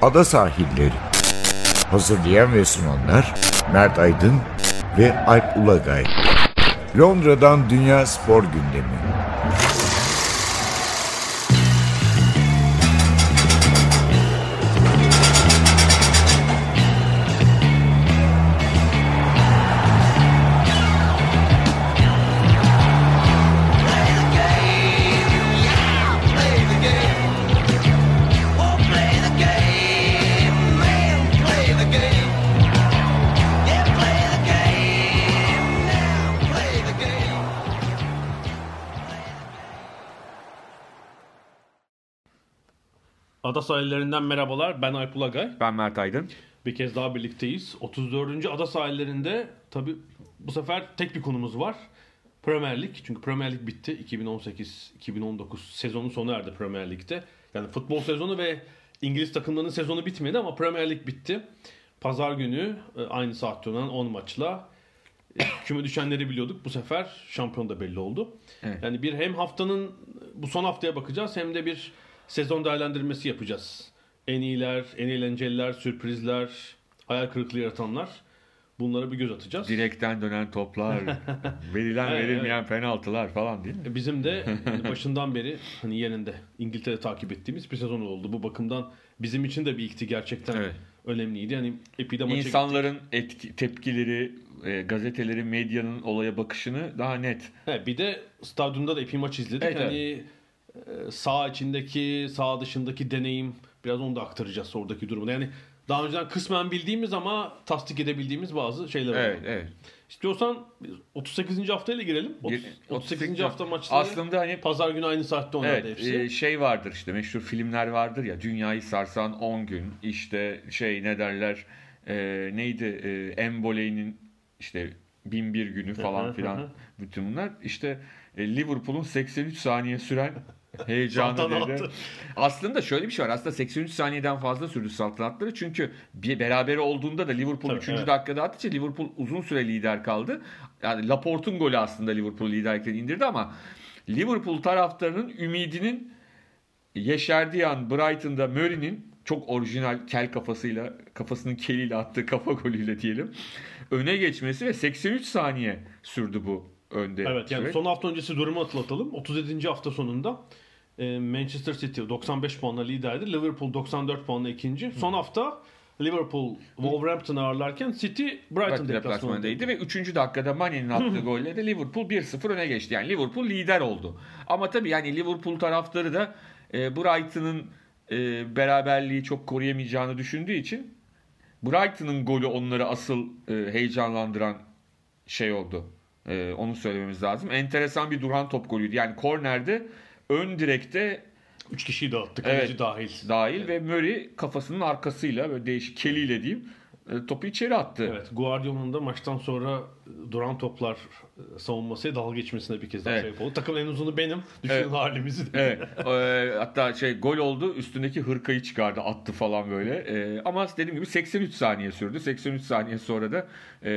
Ada Sahilleri. Hazırlayan ve sunanlar Mert Aydın ve Alp Ulagay. Londra'dan Dünya Spor Gündemi. Ada sahillerinden merhabalar. Ben Alp Ulagay. Ben Mert Aydın. Bir kez daha birlikteyiz. 34. Ada sahillerinde tabi bu sefer tek bir konumuz var. Premier Lig. Çünkü Premier Lig bitti. 2018-2019 sezonu sona erdi Premier Lig'de. Yani futbol sezonu ve İngiliz takımlarının sezonu bitmedi ama Premier Lig bitti. Pazar günü aynı saatte oynanan 10 maçla küme düşenleri biliyorduk. Bu sefer şampiyon da belli oldu. Evet. Yani bir hem haftanın bu son haftaya bakacağız hem de bir sezon değerlendirmesi yapacağız. En iyiler, en eğlenceliler, sürprizler, hayal kırıklığı yaratanlar. Bunlara bir göz atacağız. Direkten dönen toplar, verilen verilmeyen penaltılar falan değil mi? Bizim de başından beri hani yerinde İngiltere takip ettiğimiz bir sezon oldu. Bu bakımdan bizim için de bir ilkti gerçekten önemliydi. Yani epide maça İnsanların tepkileri, gazetelerin, medyanın olaya bakışını daha net. Bir de stadyumda da epey maç izledik. Evet. Sağ içindeki, sağ dışındaki deneyim, biraz onu da aktaracağız oradaki durumu. Yani daha önceden kısmen bildiğimiz ama tasdik edebildiğimiz bazı şeyler var. Evet. İstiyorsan 38. haftayla girelim. 38. hafta maçları aslında hani pazar günü aynı saatte oynandı hepsi. Şey vardır işte, meşhur filmler vardır ya, dünyayı sarsan 10 gün, işte ne derler, neydi, Embole'nin işte 1001 günü falan filan, bütün bunlar işte Liverpool'un 83 saniye süren heyecanı dedi. Aslında şöyle bir şey var. Aslında 83 saniyeden fazla sürdü saltanatları. Çünkü bir berabere olduğunda da Liverpool 3. dakikada attıkça Liverpool uzun süre lider kaldı. Yani Laporte'un golü aslında Liverpool liderken indirdi ama Liverpool taraftarının ümidinin yeşerdiği an Brighton'da Murray'nin çok orijinal kel kafasıyla, kafasının keliyle attığı kafa golüyle diyelim, öne geçmesi ve 83 saniye sürdü bu önde. Evet, yani son hafta öncesi durumu hatırlatalım. 37. hafta sonunda Manchester City 95 puanla liderdi. Liverpool 94 puanla ikinci. Son hafta Liverpool Wolverhampton'ı ağırlarken City Brighton deplasmanındaydı. Ve 3. dakikada Mane'nin attığı golle de Liverpool 1-0 öne geçti. Yani Liverpool lider oldu. Ama tabii yani Liverpool taraftarı da Brighton'ın beraberliği çok koruyamayacağını düşündüğü için Brighton'ın golü onları asıl heyecanlandıran şey oldu. Onu söylememiz lazım. Enteresan bir duran top golüydü. Yani kornerde ön direkte 3 kişiyi dağıttı. Kaleci dahil. Ve Murray kafasının arkasıyla böyle değişik keliyle diyeyim topu içeri attı. Evet. Guardiola'nın da maçtan sonra duran toplar savunmasıya dalga geçmesine bir kez daha sebep oldu. Takımın en uzunu benim. Düşünün halimizi. Evet. Hatta gol oldu. Üstündeki hırkayı çıkardı. Attı falan böyle. Ama dediğim gibi 83 saniye sürdü. 83 saniye sonra da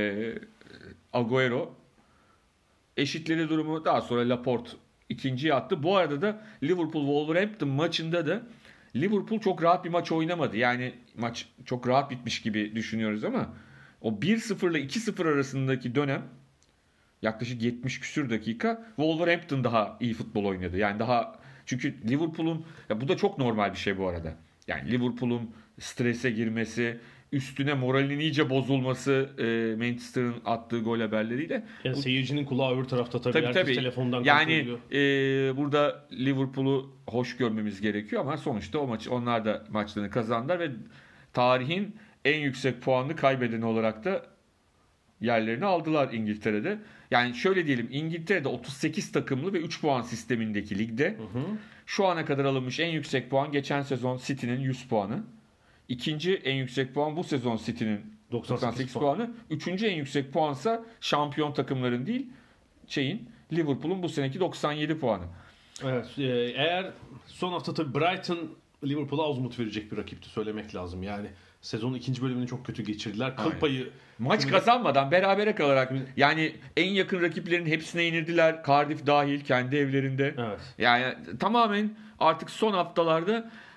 Agüero eşitledi durumu. Daha sonra Laporte ikinciyi attı. Bu arada da Liverpool-Wolverhampton maçında da Liverpool çok rahat bir maç oynamadı. Yani maç çok rahat bitmiş gibi düşünüyoruz ama o 1-0 ile 2-0 arasındaki dönem, yaklaşık 70 küsür dakika, Wolverhampton daha iyi futbol oynadı. Yani daha, çünkü Liverpool'un, ya bu da çok normal bir şey bu arada. Yani Liverpool'un strese girmesi, üstüne moralinin iyice bozulması, Manchester'ın attığı gol haberleriyle. Yani seyircinin kulağı öbür tarafta tabii. Herkes telefondan yani burada Liverpool'u hoş görmemiz gerekiyor ama sonuçta onlar da maçlarını kazandılar ve tarihin en yüksek puanını kaybedeni olarak da yerlerini aldılar İngiltere'de. Yani şöyle diyelim, İngiltere'de 38 takımlı ve 3 puan sistemindeki ligde şu ana kadar alınmış en yüksek puan geçen sezon City'nin 100 puanı. İkinci en yüksek puan bu sezon City'nin 98 puanı. Üçüncü en yüksek puansa şampiyon takımların değil, Liverpool'un bu seneki 97 puanı. Evet. Eğer son hafta tabii Brighton Liverpool'a az umut verecek bir rakipti, söylemek lazım. Yani sezonun ikinci bölümünü çok kötü geçirdiler. Kıl payı maç kazanmadan berabere kalarak, yani en yakın rakiplerin hepsine yenildiler. Cardiff dahil kendi evlerinde. Evet. Yani tamamen artık son haftalarda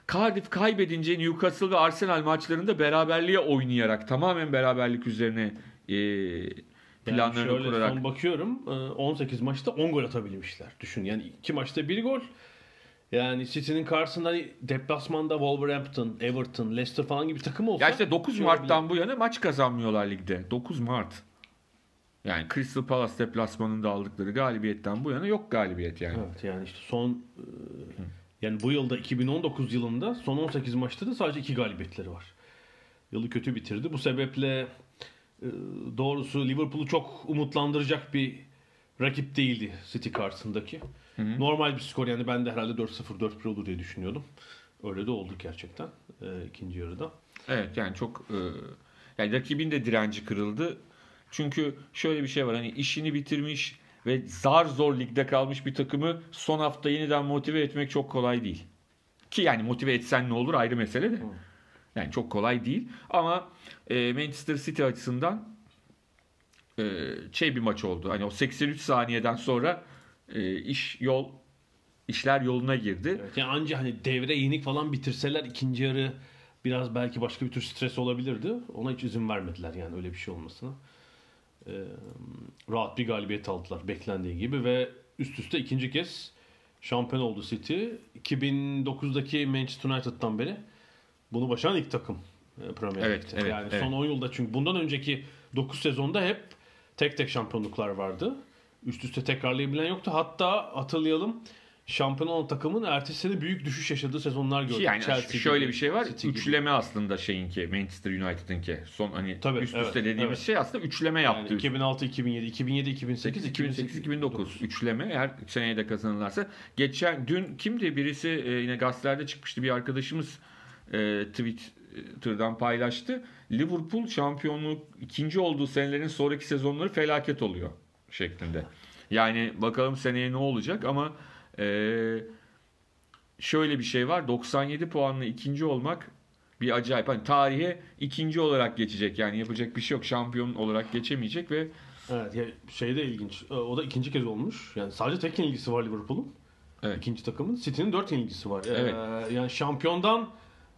Cardiff kaybedince Newcastle ve Arsenal maçlarında beraberliğe oynayarak, tamamen beraberlik üzerine planlarını şöyle kurarak. Son bakıyorum 18 maçta 10 gol atabilmişler. Düşün yani 2 maçta 1 gol. Yani City'nin karşısında hani deplasmanda Wolverhampton, Everton, Leicester falan gibi takım olsa. Ya işte 9 Mart'tan bu yana maç kazanmıyorlar ligde. 9 Mart. Yani Crystal Palace deplasmanında aldıkları galibiyetten bu yana yok galibiyet yani. Evet yani işte son yani bu yılda 2019 yılında son 18 maçta da sadece 2 galibiyetleri var. Yılı kötü bitirdi. Bu sebeple doğrusu Liverpool'u çok umutlandıracak bir rakip değildi City karşısındaki. Normal bir skor yani ben de herhalde 4-0 4-1 olur diye düşünüyordum. Öyle de oldu gerçekten ikinci yarıda. Evet yani çok yani rakibin de direnci kırıldı. Çünkü şöyle bir şey var, hani işini bitirmiş ve zar zor ligde kalmış bir takımı son hafta yeniden motive etmek çok kolay değil. Ki yani motive etsen ne olur ayrı mesele de. Yani çok kolay değil ama Manchester City açısından bir maç oldu. Hani o 83 saniyeden sonra işler yoluna girdi. Evet, yani anca hani devre yenik falan bitirseler ikinci yarı biraz belki başka bir tür stres olabilirdi. Ona hiç izin vermediler yani öyle bir şey olmasına. Rahat bir galibiyet aldılar beklendiği gibi ve üst üste ikinci kez şampiyon oldu City. 2009'daki Manchester United'dan beri bunu başaran ilk takım Premier Lig'de. Evet, yani evet. son 10 yılda çünkü bundan önceki 9 sezonda hep tek tek şampiyonluklar vardı. Üst üste tekrarlayabilen yoktu. Hatta hatırlayalım şampiyon olan takımın ertesi sene büyük düşüş yaşadığı sezonlar gördük. Yani Chelsea şöyle gibi, bir şey var. City gibi. Üçleme aslında Manchester United'ınki. Son hani Tabii, üst evet, üste dediğimiz evet. şey aslında üçleme yaptı. Yani 2006, 2007, 2007, 2008, 2008, 2009 üçleme eğer seneye de kazanırlarsa. Dün kimdi? Birisi yine gazetelerde çıkmıştı, bir arkadaşımız Twitter'dan paylaştı. Liverpool şampiyonluk ikinci olduğu senelerin sonraki sezonları felaket oluyor şeklinde. Yani bakalım seneye ne olacak ama şöyle bir şey var. 97 puanla ikinci olmak bir acayip. Hani tarihe ikinci olarak geçecek. Yani yapacak bir şey yok. Şampiyon olarak geçemeyecek ve Evet, ya şey de ilginç. O da ikinci kez olmuş. Yani sadece tek yenilgisi var Liverpool'un. Evet. İkinci takımın. City'nin 4 yenilgisi var. Evet. Yani şampiyondan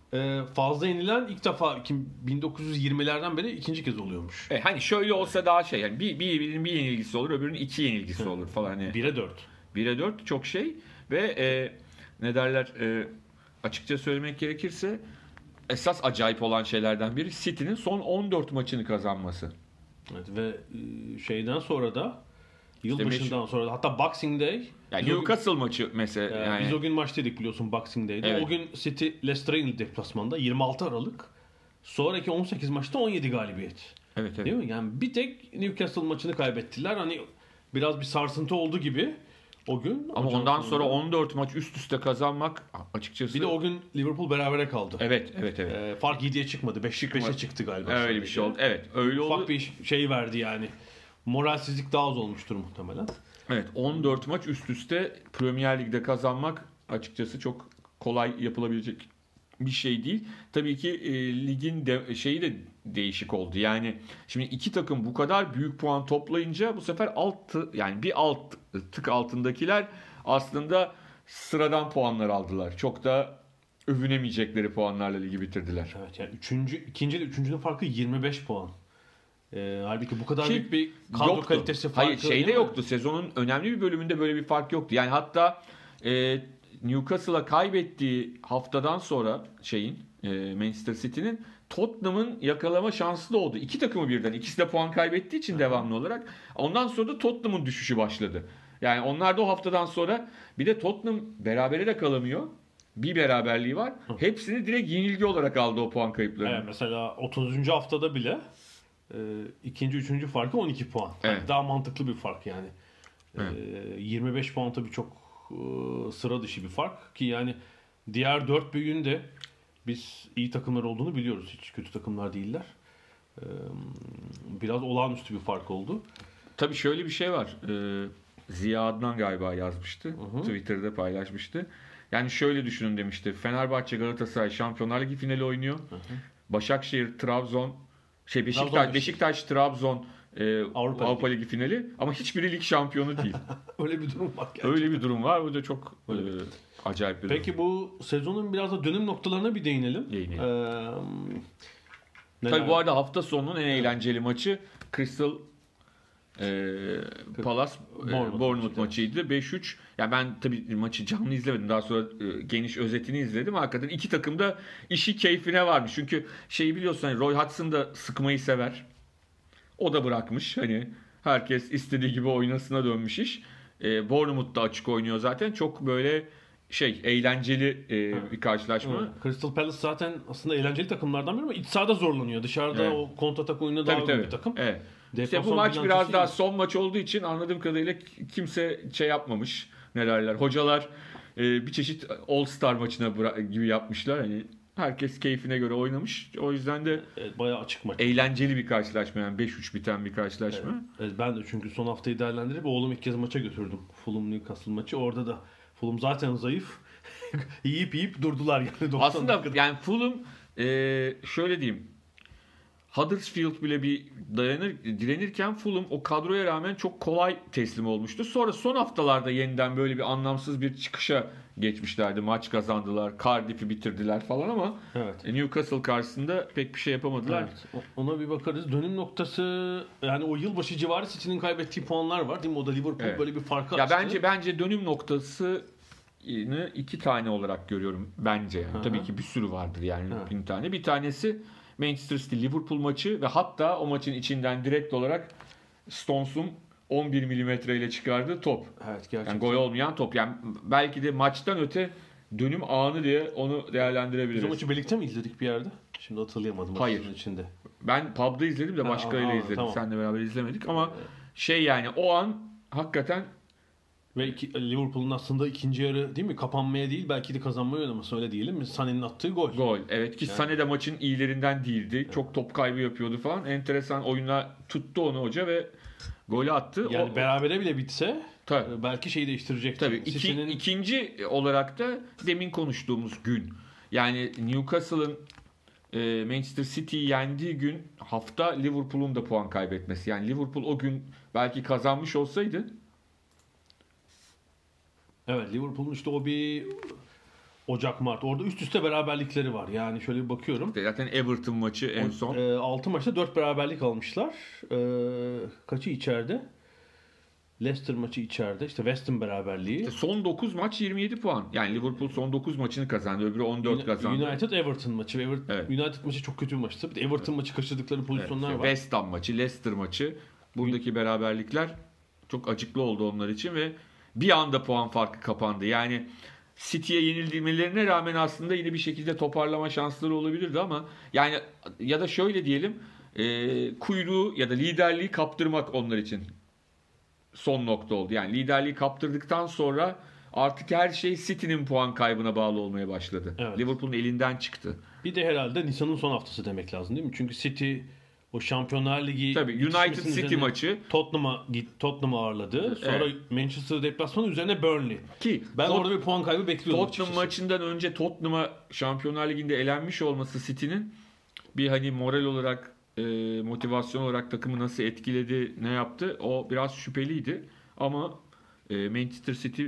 fazla yenilen ilk defa 1920'lerden beri ikinci kez oluyormuş. hani şöyle olsa daha şey, yani birinin bir yenilgisi olur, öbürünün iki yenilgisi olur falan. Hani 1'e 4. 1'e 4 çok şey ve ne derler, açıkça söylemek gerekirse esas acayip olan şeylerden biri City'nin son 14 maçını kazanması. Evet, ve şeyden sonra da yılbaşından sonra da hatta Boxing Day. Yani Newcastle maçı mesela. Yani Biz o gün maçtaydık biliyorsun Boxing Day'de. Evet. O gün City Leicester'a yenildi deplasmanda 26 Aralık. Sonraki 18 maçta 17 galibiyet. evet. Değil mi? Yani bir tek Newcastle maçını kaybettiler. Hani biraz bir sarsıntı oldu gibi o gün. Ama Ocağın ondan sonunda. sonra 14 maç üst üste kazanmak açıkçası. Bir de o gün Liverpool berabere kaldı. Evet. Fark 7'ye çıkmadı. 5'e çıktı galiba. Öyle sadece. bir şey oldu. Evet, öyle oldu. Ufak bir şey verdi yani. Moralsizlik daha az olmuştur muhtemelen. Evet, 14 maç üst üste Premier Lig'de kazanmak açıkçası çok kolay yapılabilecek bir şey değil. Tabii ki ligin şeyi de değişik oldu. Yani şimdi iki takım bu kadar büyük puan toplayınca bu sefer bir tık altındakiler aslında sıradan puanlar aldılar. Çok da övünemeyecekleri puanlarla ligi bitirdiler. Evet yani ikinci ile üçüncünün farkı 25 puan. Halbuki bu kadar Ki büyük bir kadro yoktu. kalitesi farkı. Hayır, şeyde yoktu. Sezonun önemli bir bölümünde böyle bir fark yoktu. Yani hatta Newcastle'a kaybettiği haftadan sonra Manchester City'nin Tottenham'ın yakalama şansı da oldu. İki takımı birden. İkisi de puan kaybettiği için devamlı olarak. Ondan sonra da Tottenham'ın düşüşü başladı. Yani onlar da o haftadan sonra, bir de Tottenham berabere de kalamıyor. Bir beraberliği var. Hepsini direkt yenilgi olarak aldı o puan kayıplarını. Evet, mesela 30. haftada bile ikinci, üçüncü farkı 12 puan. Evet. Daha mantıklı bir fark yani. Evet. 25 puan tabii çok sıra dışı bir fark ki yani diğer 4 büyüğün de biz iyi takımlar olduğunu biliyoruz. Hiç kötü takımlar değiller. Biraz olağanüstü bir fark oldu. Tabii şöyle bir şey var. Ziya Adnan galiba yazmıştı. Hı hı. Twitter'da paylaşmıştı. Yani şöyle düşünün demişti. Fenerbahçe Galatasaray Şampiyonlar Ligi finali oynuyor. Hı hı. Başakşehir Trabzon Trabzon Beşiktaş Trabzon Avrupa Ligi finali ama hiçbiri lig şampiyonu değil. Öyle bir durum var gerçekten. Öyle bir durum var. Bu da çok acayip bir durum. Peki bu sezonun biraz da dönüm noktalarına bir değinelim. Tabii bu arada hafta sonunun en eğlenceli maçı Crystal Palace Bournemouth maçıydı. 5-3. Yani ben tabii maçı canlı izlemedim. Daha sonra geniş özetini izledim. Hakikaten iki takım da işi keyfine varmış. Çünkü şeyi biliyorsun, hani Roy Hodgson da sıkmayı sever. O da bırakmış. Hani herkes istediği gibi oynasına dönmüş iş. Bournemouth da açık oynuyor zaten. Çok böyle eğlenceli bir karşılaşma. Evet. Crystal Palace zaten aslında eğlenceli takımlardan biri ama iç sahada zorlanıyor. Dışarıda o kontratak oyununa daha uygun bir takım. Evet. İşte bu maç biraz daha son maç olduğu için anladığım kadarıyla kimse yapmamış. Ne derler? Hocalar bir çeşit All Star maçına gibi yapmışlar. Hani herkes keyfine göre oynamış. O yüzden de bayağı açık maç. Eğlenceli bir karşılaşma, yani 5-3 biten bir karşılaşma. Evet, ben de çünkü son haftayı değerlendirip oğlum ilk kez maça götürdüm. Fulham Newcastle maçı. Orada da Fulham zaten zayıf. yiyip durdular yani 90 Aslında dakikada. yani Fulham şöyle diyeyim. Huddersfield bile bir direnirken Fulham o kadroya rağmen çok kolay teslim olmuştu. Sonra son haftalarda yeniden böyle bir anlamsız bir çıkışa geçmişlerdi. Maç kazandılar, Cardiff'i bitirdiler falan ama Newcastle karşısında pek bir şey yapamadılar. Evet, ona bir bakarız. Dönüm noktası yani o yılbaşı civarı City'nin kaybettiği puanlar var değil mi? O da Liverpool böyle bir farkı açtı. Bence dönüm noktası iki tane olarak görüyorum bence yani. Tabii ki bir sürü vardır yani bin tane. Bir tanesi Manchester City Liverpool maçı ve hatta o maçın içinden direkt olarak Stones'un 11 milimetreyle çıkardığı top. Evet, gerçekten. Yani gol olmayan top. Yani belki de maçtan öte dönüm anı diye onu değerlendirebiliriz. Biz o maçı birlikte mi izledik bir yerde? Şimdi hatırlayamadım. Hayır. Içinde. Ben pub'da izledim de başkalarıyla izledim. Tamam. Seninle beraber izlemedik ama yani o an hakikaten ve Liverpool'un aslında ikinci yarı değil mi? Kapanmaya değil belki de kazanmaya oynaması, öyle diyelim. Sané'nin attığı gol. Evet ki yani. Sané de maçın iyilerinden değildi. Evet. Çok top kaybı yapıyordu falan. Enteresan oyunla tuttu onu hoca ve golü attı. Yani berabere bile bitse belki şeyi değiştirecekti. Tabii. İkinci olarak da demin konuştuğumuz gün. Yani Newcastle'ın Manchester City'yi yendiği gün hafta Liverpool'un da puan kaybetmesi. Yani Liverpool o gün belki kazanmış olsaydı. Evet, Liverpool'un işte o bir Ocak-Mart orada üst üste beraberlikleri var. Yani şöyle bir bakıyorum. Zaten Everton maçı en son. 6 maçta 4 beraberlik almışlar. Kaçı içeride? Leicester maçı içeride. İşte West Ham beraberliği. İşte son 9 maç 27 puan. Yani Liverpool son 9 maçını kazandı. Öbürü 14 kazandı. United-Everton maçı. United maçı çok kötü bir maçtı. Bir de Everton maçı kaçırdıkları pozisyonlar var. West Ham maçı, Leicester maçı. Buradaki beraberlikler çok acıklı oldu onlar için ve bir anda puan farkı kapandı. Yani City'ye yenilmelerine rağmen aslında yine bir şekilde toparlama şansları olabilirdi ama yani ya da şöyle diyelim, kuyruğu ya da liderliği kaptırmak onlar için son nokta oldu. Yani liderliği kaptırdıktan sonra artık her şey City'nin puan kaybına bağlı olmaya başladı. Evet. Liverpool'un elinden çıktı. Bir de herhalde Nisan'ın son haftası demek lazım değil mi? Çünkü City o Şampiyonlar Ligi United City maçı Tottenham'ı ağırladı. Sonra Manchester deplasmanı üzerine Burnley. Ki ben orada bir puan kaybı bekliyordum. Tottenham maçından önce Tottenham'a Şampiyonlar Ligi'nde elenmiş olması City'nin bir hani moral olarak, motivasyon olarak takımı nasıl etkiledi, ne yaptı? O biraz şüpheliydi. Ama Manchester City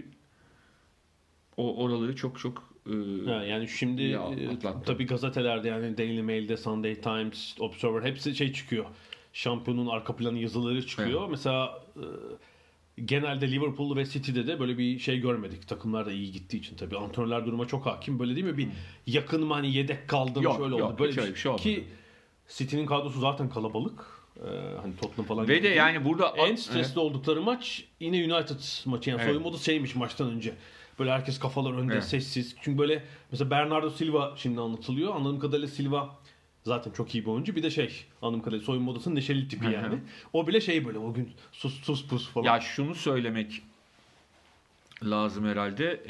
oraları çok yani şimdi tabii gazetelerde yani Daily Mail'de, Sunday Times, Observer hepsi çıkıyor. Şampiyonun arka planı yazıları çıkıyor. Evet. Mesela genelde Liverpool ve City'de de böyle bir şey görmedik. Takımlar da iyi gittiği için tabii. Antrenörler duruma çok hakim. Böyle değil mi? Bir yakın mı hani yedek kaldım şöyle oldu. Böyle bir şey olmadı. Ki City'nin kadrosu zaten kalabalık. Hani Tottenham falan. Ve de yani burada en stresli oldukları maç yine United maçı. Yani soyunma odası maçtan önce. Böyle herkes kafalar önde, sessiz. Çünkü böyle mesela Bernardo Silva şimdi anlatılıyor. Anladığım kadarıyla Silva zaten çok iyi bir oyuncu. Bir de anladığım kadarıyla soyunma odasının neşeli tipi yani. O bile böyle o gün sus pus falan. Ya şunu söylemek lazım herhalde.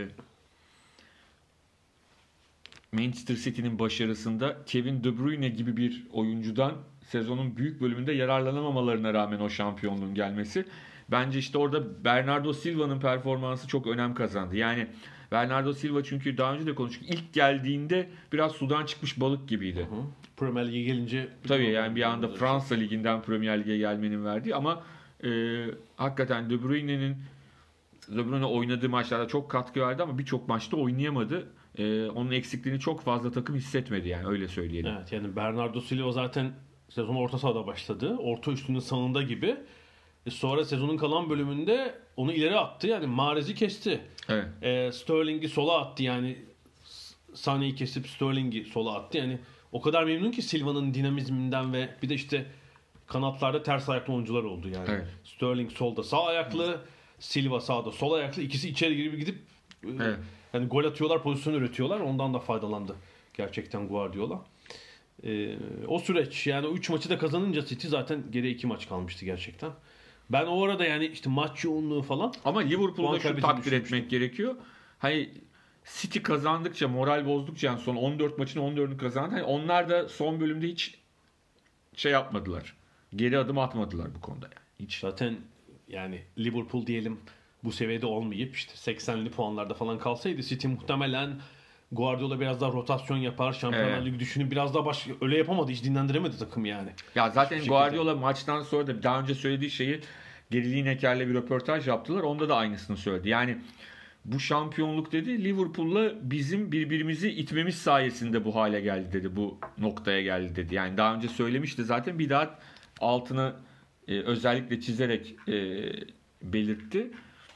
Manchester City'nin başarısında Kevin De Bruyne gibi bir oyuncudan sezonun büyük bölümünde yararlanamamalarına rağmen o şampiyonluğun gelmesi. Bence işte orada Bernardo Silva'nın performansı çok önem kazandı. Yani Bernardo Silva çünkü daha önce de konuştuk. İlk geldiğinde biraz sudan çıkmış balık gibiydi. Premier Lig'e gelince tabii yani bir anda Fransa Ligi'nden Premier Lig'e gelmenin verdiği ama hakikaten De Bruyne oynadığı maçlarda çok katkı verdi ama birçok maçta oynayamadı. Onun eksikliğini çok fazla takım hissetmedi yani öyle söyleyelim. Evet, yani Bernardo Silva zaten sezon orta sahada başladı. Orta üstünün sağında gibi. Sonra sezonun kalan bölümünde onu ileri attı. Yani Mahrez'i kesti. Evet. Sterling'i sola attı. Yani Sané'yi kesip Sterling'i sola attı. Yani o kadar memnun ki Silva'nın dinamizminden ve bir de işte kanatlarda ters ayaklı oyuncular oldu yani. Evet. Sterling solda sağ ayaklı, Silva sağda sol ayaklı. İkisi içeri girip gidip Evet. yani gol atıyorlar, pozisyon üretiyorlar. Ondan da faydalandı gerçekten Guardiola. O süreç yani 3 maçı da kazanınca City zaten geriye 2 maç kalmıştı gerçekten. Ben o arada yani işte maç yoğunluğu falan. Ama Liverpool'da şu takdir düşünmüştüm. etmek gerekiyor. Hani City kazandıkça, moral bozdukça yani son 14 maçın 14'ünü kazandı. Hani onlar da son bölümde hiç şey yapmadılar. Geri adım atmadılar bu konuda yani. Hiç. Zaten yani Liverpool diyelim bu seviyede olmayıp işte 80'li puanlarda falan kalsaydı City muhtemelen Guardiola biraz daha rotasyon yapar. Şampiyonlar Evet. Ligi düşünüp biraz daha öyle yapamadı. Hiç dinlendiremedi takım yani. Ya zaten Hiçbir Guardiola maçtan sonra da daha önce söylediği şeyi Gary Lineker'le bir röportaj yaptılar. Onda da aynısını söyledi. Yani bu şampiyonluk dedi Liverpool'la bizim birbirimizi itmemiz sayesinde bu hale geldi dedi. Bu noktaya geldi dedi. Yani daha önce söylemişti zaten bir daha altını özellikle çizerek belirtti.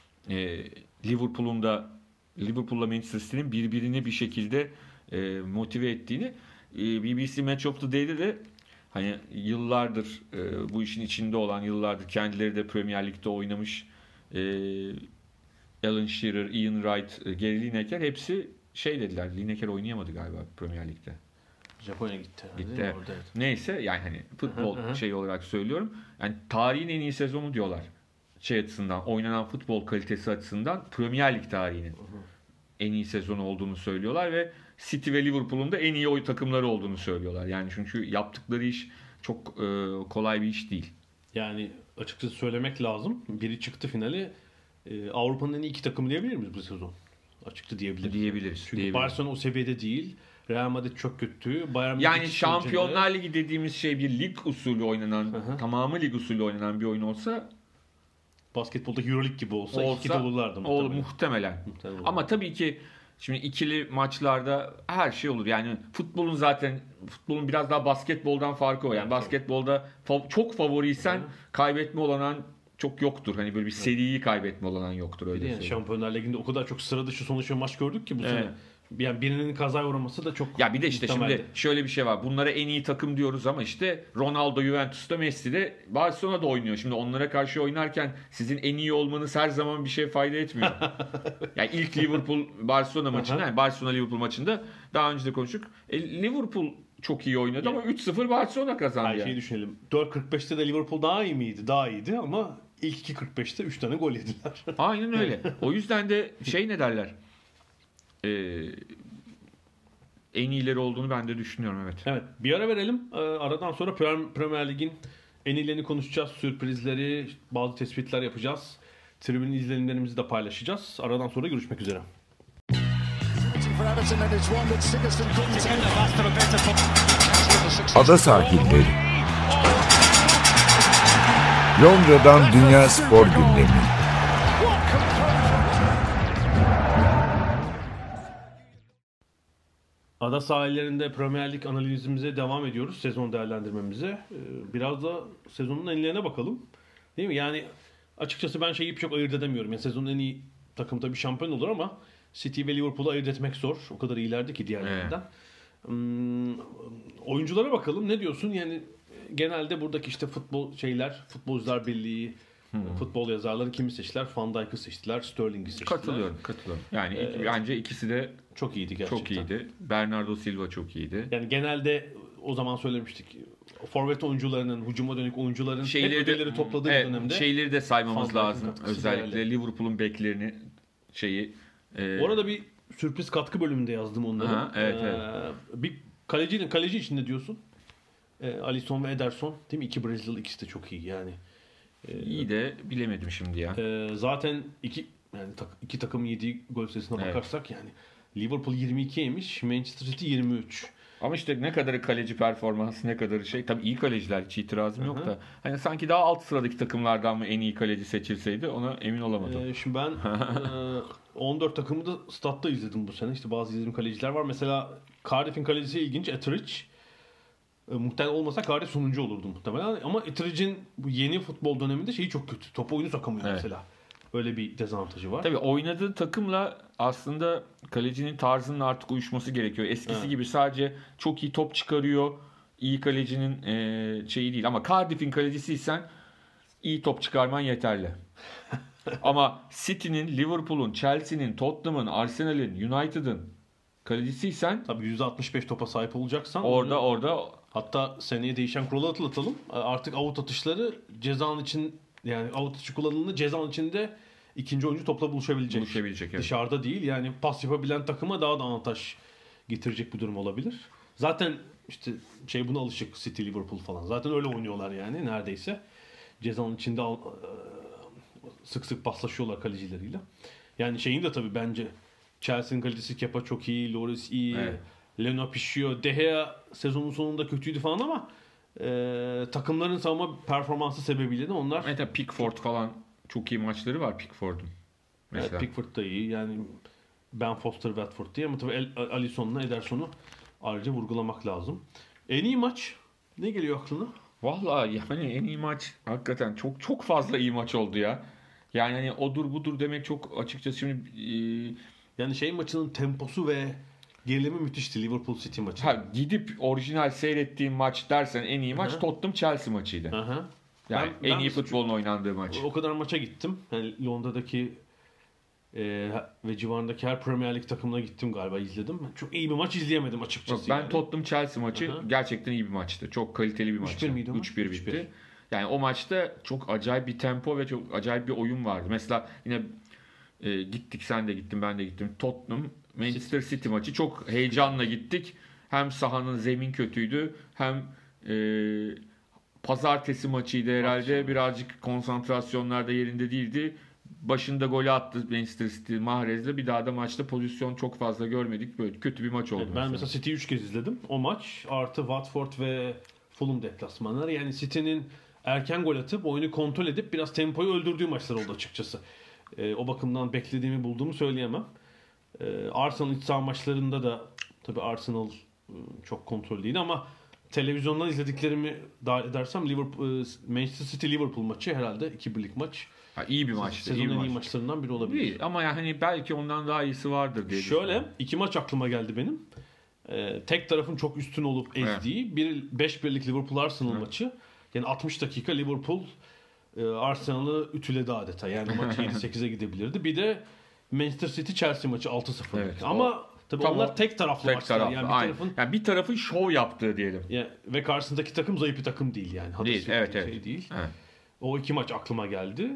Liverpool'la Manchester City'nin birbirini bir şekilde motive ettiğini. BBC Match of the Day'de de hani yıllardır bu işin içinde olan yıllardır kendileri de Premier Lig'de oynamış Alan Shearer, Ian Wright, Gary Lineker hepsi şey dediler. Lineker oynayamadı galiba Premier Lig'de. Japonya gitti. Gitti. Orada, evet. Neyse yani hani futbol şeyi olarak söylüyorum. Yani tarihin en iyi sezonu diyorlar. Şey açısından, oynanan futbol kalitesi açısından Premier Lig tarihinin en iyi sezonu olduğunu söylüyorlar ve City ve Liverpool'un da en iyi oy takımları olduğunu söylüyorlar. Yani çünkü yaptıkları iş çok kolay bir iş değil. Yani açıkçası söylemek lazım. Biri çıktı finale. Avrupa'nın en iyi iki takımı diyebilir miyiz bu sezon? Açıkça diyebiliriz. Diyebiliriz. Çünkü Barcelona o seviyede değil. Real Madrid çok kötü. Bayern Münih Yani hiç Şampiyonlar Ligi dediğimiz şey bir lig usulü oynanan, tamamı lig usulü oynanan bir oyun olsa basketbolda Euroleague gibi olsa iki kit olurlardı muhtemelen. Ama tabii ki şimdi ikili maçlarda her şey olur. Yani futbolun biraz daha basketboldan farkı o. Yani Evet, basketbolda çok favoriysen kaybetme olanan çok yoktur. Hani böyle bir seriyi kaybetme olanan yoktur öyle yani söyleyeyim. Şampiyonlar Ligi'nde o kadar çok sıra dışı sonuç ve maç gördük ki bu sene. Yani birinin kazaya uğraması da çok Ya bir de işte muhtemeldi. şimdi şöyle bir şey var. Bunlara en iyi takım diyoruz ama işte Ronaldo Juventus'ta, Messi de Barcelona'da oynuyor. Şimdi onlara karşı oynarken sizin en iyi olmanız her zaman bir şey fayda etmiyor. Yani ilk Liverpool Barcelona maçında, yani Barcelona Liverpool maçında daha önce de konuştuk. Liverpool çok iyi oynadı ama 3-0 Barcelona kazandı. Her şeyi düşünelim. 4.45'te de Liverpool daha iyi miydi? Daha iyiydi ama ilk 2.45'te 3 tane gol yediler. Aynen öyle. O yüzden de ne derler? En iyileri olduğunu ben de düşünüyorum, evet. Evet, bir ara verelim. Aradan sonra Premier Lig'in en iyilerini konuşacağız. Sürprizleri, bazı tespitler yapacağız. Tribün izlenimlerimizi de paylaşacağız. Aradan sonra görüşmek üzere. Ada sahilleri. Londra'dan Dünya Spor Gündemi. Ada sahillerinde Premier Lig analizimize devam ediyoruz. Sezon değerlendirmemize. Biraz da sezonun enlerine bakalım. Değil mi? Yani açıkçası ben şeyi çok ayırt edemiyorum. Yani sezonun en iyi takım tabii şampiyon olur ama City ve Liverpool'u ayırt etmek zor. O kadar iyilerdi ki diğerlerinden. Oyunculara bakalım. Ne diyorsun? Yani genelde buradaki işte Futbolcular Birliği, futbol yazarları kimi seçtiler? Van Dijk'ı seçtiler, Sterling'i seçtiler. Katılıyorum. Yani bence ikisi de çok iyiydi gerçekten. Çok iyiydi. Bernardo Silva çok iyiydi. Yani genelde o zaman söylemiştik. Forvet oyuncularının, hücuma dönük oyuncuların hep ödülleri topladığı dönemde. Şeyleri de saymamız lazım. Özellikle Liverpool'un beklerini Orada bir sürpriz katkı bölümünde yazdım onları. Evet. Bir kaleci için ne diyorsun? Alisson ve Ederson, değil mi? İki Brezilyalı, ikisi de çok iyi yani. İyi de bilemedim şimdi ya. Zaten iki takımın yediği gol sayısına bakarsak yani Liverpool 22 yemiş, Manchester City 23. Ama işte ne kadarı kaleci performansı, ne kadarı şey. Tabii iyi kaleciler, hiç itirazım yok da. Hani sanki daha alt sıradaki takımlardan mı en iyi kaleci seçilseydi ona emin olamadım. Şimdi ben 14 takımı da statta izledim bu sene. İşte bazı izlediğim kaleciler var. Mesela Cardiff'in kalecisi ilginç. Etheridge. Muhtemelen olmasa Cardiff sonuncu olurdu muhtemelen. Ama Etheridge'in bu yeni futbol döneminde şeyi çok kötü. Top oyunu sokamıyor mesela. Öyle bir dezavantajı var. Tabii oynadığı takımla aslında kalecinin tarzının artık uyuşması gerekiyor. Eskisi gibi sadece çok iyi top çıkarıyor. İyi kalecinin şeyi değil. Ama Cardiff'in kalecisiysen iyi top çıkarman yeterli. Ama City'nin, Liverpool'un, Chelsea'nin, Tottenham'ın, Arsenal'in, United'ın kalecisiysen Tabii %65 topa sahip olacaksan orada hatta seneye değişen kuralı hatırlatalım. Artık out atışları cezanın için, yani out atışı kullanıldığında cezanın içinde ikinci oyuncu topla buluşabilecek. evet. Dışarıda değil. Yani pas yapabilen takıma daha da avantaj getirecek bir durum olabilir. Zaten işte buna alışık City, Liverpool falan. Zaten öyle oynuyorlar yani neredeyse. Cezanın içinde sık sık paslaşıyorlar kalecileriyle. Yani şeyin de tabii bence Chelsea'nin kalecisi Kepa çok iyi, Lloris iyi, Leno pişiyor. De Gea sezonun sonunda kötüydü falan ama takımların savunma performansı sebebiyle de onlar... Evet, Pickford falan çok iyi maçları var Pickford'un. Mesela. Evet, Pickford da iyi. Yani Ben Foster, Watford diye ama tabii Alisson'la Ederson'u ayrıca vurgulamak lazım. En iyi maç ne geliyor aklına? Vallahi yani en iyi maç hakikaten çok fazla iyi maç oldu ya. Yani hani odur budur demek çok açıkçası şimdi yani maçının temposu ve gerilimi müthişti, Liverpool City maçı. Gidip orijinal seyrettiğim maç dersen en iyi maç Tottenham Chelsea maçıydı. Yani en iyi futbolun oynandığı maç. O kadar maça gittim. Yani Londra'daki ve civarındaki her Premier Lig takımına gittim galiba, izledim. Çok iyi bir maç izleyemedim açıkçası. Ben Tottenham Chelsea maçı gerçekten iyi bir maçtı. Çok kaliteli bir maçtı. 3-1 miydi o? 3-1 bitti. Yani o maçta çok acayip bir tempo ve çok acayip bir oyun vardı. Mesela yine gittik, sen de gittin, ben de gittim. Tottenham Manchester City maçı çok heyecanla gittik. Hem sahanın zemin kötüydü, hem pazartesi maçıydı herhalde. Birazcık konsantrasyonlar da yerinde değildi. Başında golü attı Manchester City Mahrez'le. Bir daha da maçta pozisyon çok fazla görmedik. Böyle kötü bir maç oldu. Evet, ben mesela City'yi 3 kez izledim. O maç artı Watford ve Fulham deplasmanları. Yani City'nin erken gol atıp oyunu kontrol edip biraz tempoyu öldürdüğü maçlar oldu açıkçası. O bakımdan beklediğimi bulduğumu söyleyemem. Arsenal iç saha maçlarında da tabii Arsenal çok kontrol değil ama televizyondan izlediklerimi dahil edersem Manchester City Liverpool maçı herhalde 2-1'lik maç. İyi bir maçtı. Sezonun en iyi maçlarından biri olabilir. İyi, ama yani belki ondan daha iyisi vardır diye Şöyle düşünüyorum. 2 maç aklıma geldi benim. Tek tarafın çok üstün olup ezdiği 5-1'lik Liverpool Arsenal maçı. Yani 60 dakika Liverpool Arsenal'ı ütüledi adeta. Yani o maç 7-8'e gidebilirdi. Bir de Manchester City Chelsea maçı 6-0. Evet, ama tabii onlar tek taraflı maçlar. Yani bir tarafın şov yaptığı diyelim. Ve karşısındaki takım zayıf bir takım değil yani. Değil, evet. Değil. Evet. O 2 maç aklıma geldi.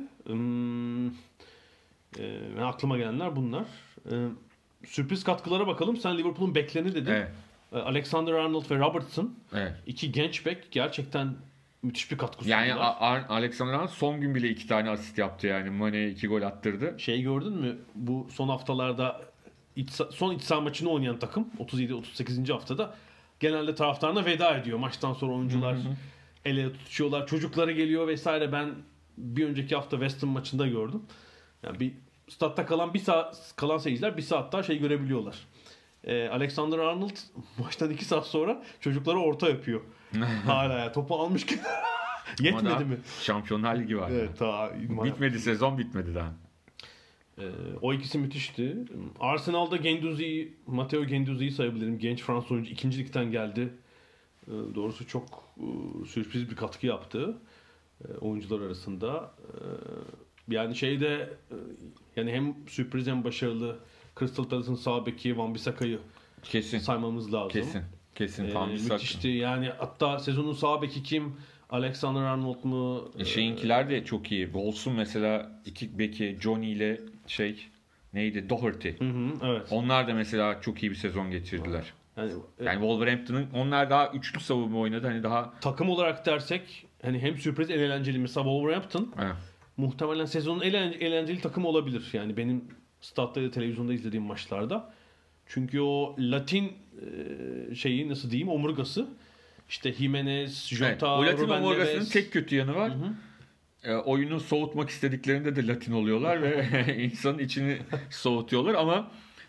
Aklıma gelenler bunlar. Sürpriz katkılara bakalım. Sen Liverpool'un beklerini dedin. Evet. Alexander-Arnold ve Robertson. Evet. 2 genç bek gerçekten müthiş bir katkı sundular. Yani Alexander-Arnold son gün bile 2 tane asist yaptı yani. Mane'ye 2 gol attırdı. Gördün mü? Bu son haftalarda son iç saha maçını oynayan takım 37-38. haftada genelde taraftarına veda ediyor. Maçtan sonra oyuncular ele tutuşuyorlar. Çocukları geliyor vesaire. Ben bir önceki hafta West Ham maçında gördüm. Yani bir statta kalan seyirciler bir saat daha görebiliyorlar. Alexander-Arnold maçtan 2 saat sonra çocuklara orta yapıyor. Hala ya topu almışken yetmedi mi? Şampiyonlar Ligi var. Evet, bitmedi, sezon bitmedi daha. O ikisi müthişti. Arsenal'da Matteo Guendouzi'yi sayabilirim. Genç Fransız oyuncu 2. ligden geldi. Doğrusu çok sürpriz bir katkı yaptı oyuncular arasında. Yani yani hem sürpriz hem başarılı Crystal Palace'ın sağ beki Wan-Bissaka'yı saymamız lazım. Kesin. Müthişti. Yani hatta sezonun sağ beki kim? Alexander-Arnold mu? Şeyinkiler de çok iyi. Wolves'un mesela 2 beki Johnny ile neydi? Doherty. Evet. Onlar da mesela çok iyi bir sezon geçirdiler. Yani Wolverhampton'ın onlar daha üçlü savunma oynadı. Hani daha takım olarak dersek hani hem sürpriz en eğlenceli mesela Wolverhampton. Evet. Muhtemelen sezonun en eğlenceli takımı olabilir. Yani benim statta ya televizyonda izlediğim maçlarda. Çünkü o Latin şeyi nasıl diyeyim omurgası işte Jimenez, Jota, Evet, o Latin Ruben omurgasının Neves. tek kötü yanı var. Oyunu soğutmak istediklerinde de Latin oluyorlar ve insanın içini soğutuyorlar ama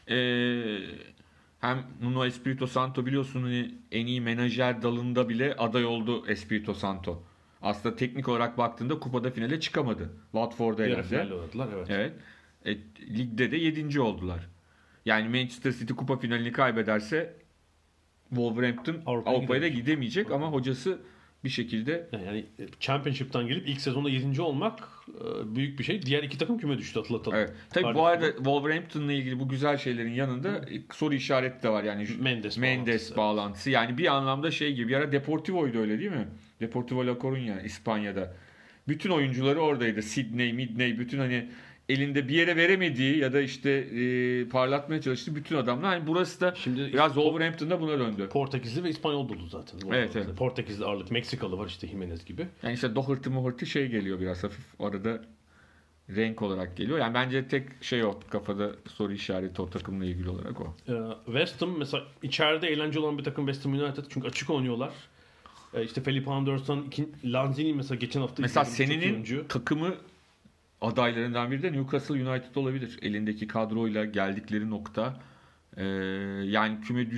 hem Nuno Espirito Santo biliyorsun hani en iyi menajer dalında bile aday oldu Espirito Santo. Aslında teknik olarak baktığında kupada finale çıkamadı. Watford'a Yarı elendi. finalde oynadılar, evet. Evet. Ligde de 7. oldular. Yani Manchester City kupa finalini kaybederse Wolverhampton Avrupa'ya da gidemeyecek ama hocası bir şekilde Yani Championship'tan gelip ilk sezonda 7. olmak büyük bir şey. Diğer iki takım küme düştü, hatırlatalım. evet. Tabii bu arada Wolverhampton'la ilgili bu güzel şeylerin yanında soru işareti de var. Yani Mendes bağlantısı. Yani bir anlamda şey gibi. Bir ara Deportivo'ydu öyle değil mi? Deportivo La Coruña İspanya'da. Bütün oyuncuları oradaydı. Midney bütün hani elinde bir yere veremediği ya da işte parlatmaya çalıştığı bütün adamlar. Yani burası da şimdi biraz Wolverhampton'da buna döndü. Portekizli ve İspanyol dolu zaten. Evet. Portekizli ağırlık, Meksikalı var işte Jimenez gibi. Yani işte Doherty şey geliyor biraz hafif arada renk olarak geliyor. Yani bence tek şey o kafada soru işareti o takımla ilgili olarak o. West Ham mesela içeride eğlence olan bir takım West Ham United çünkü açık oynuyorlar. İşte Felipe Anderson, Lanzini mesela geçen hafta mesela senenin takımı adaylarından biri de Newcastle United olabilir. Elindeki kadroyla geldikleri nokta yani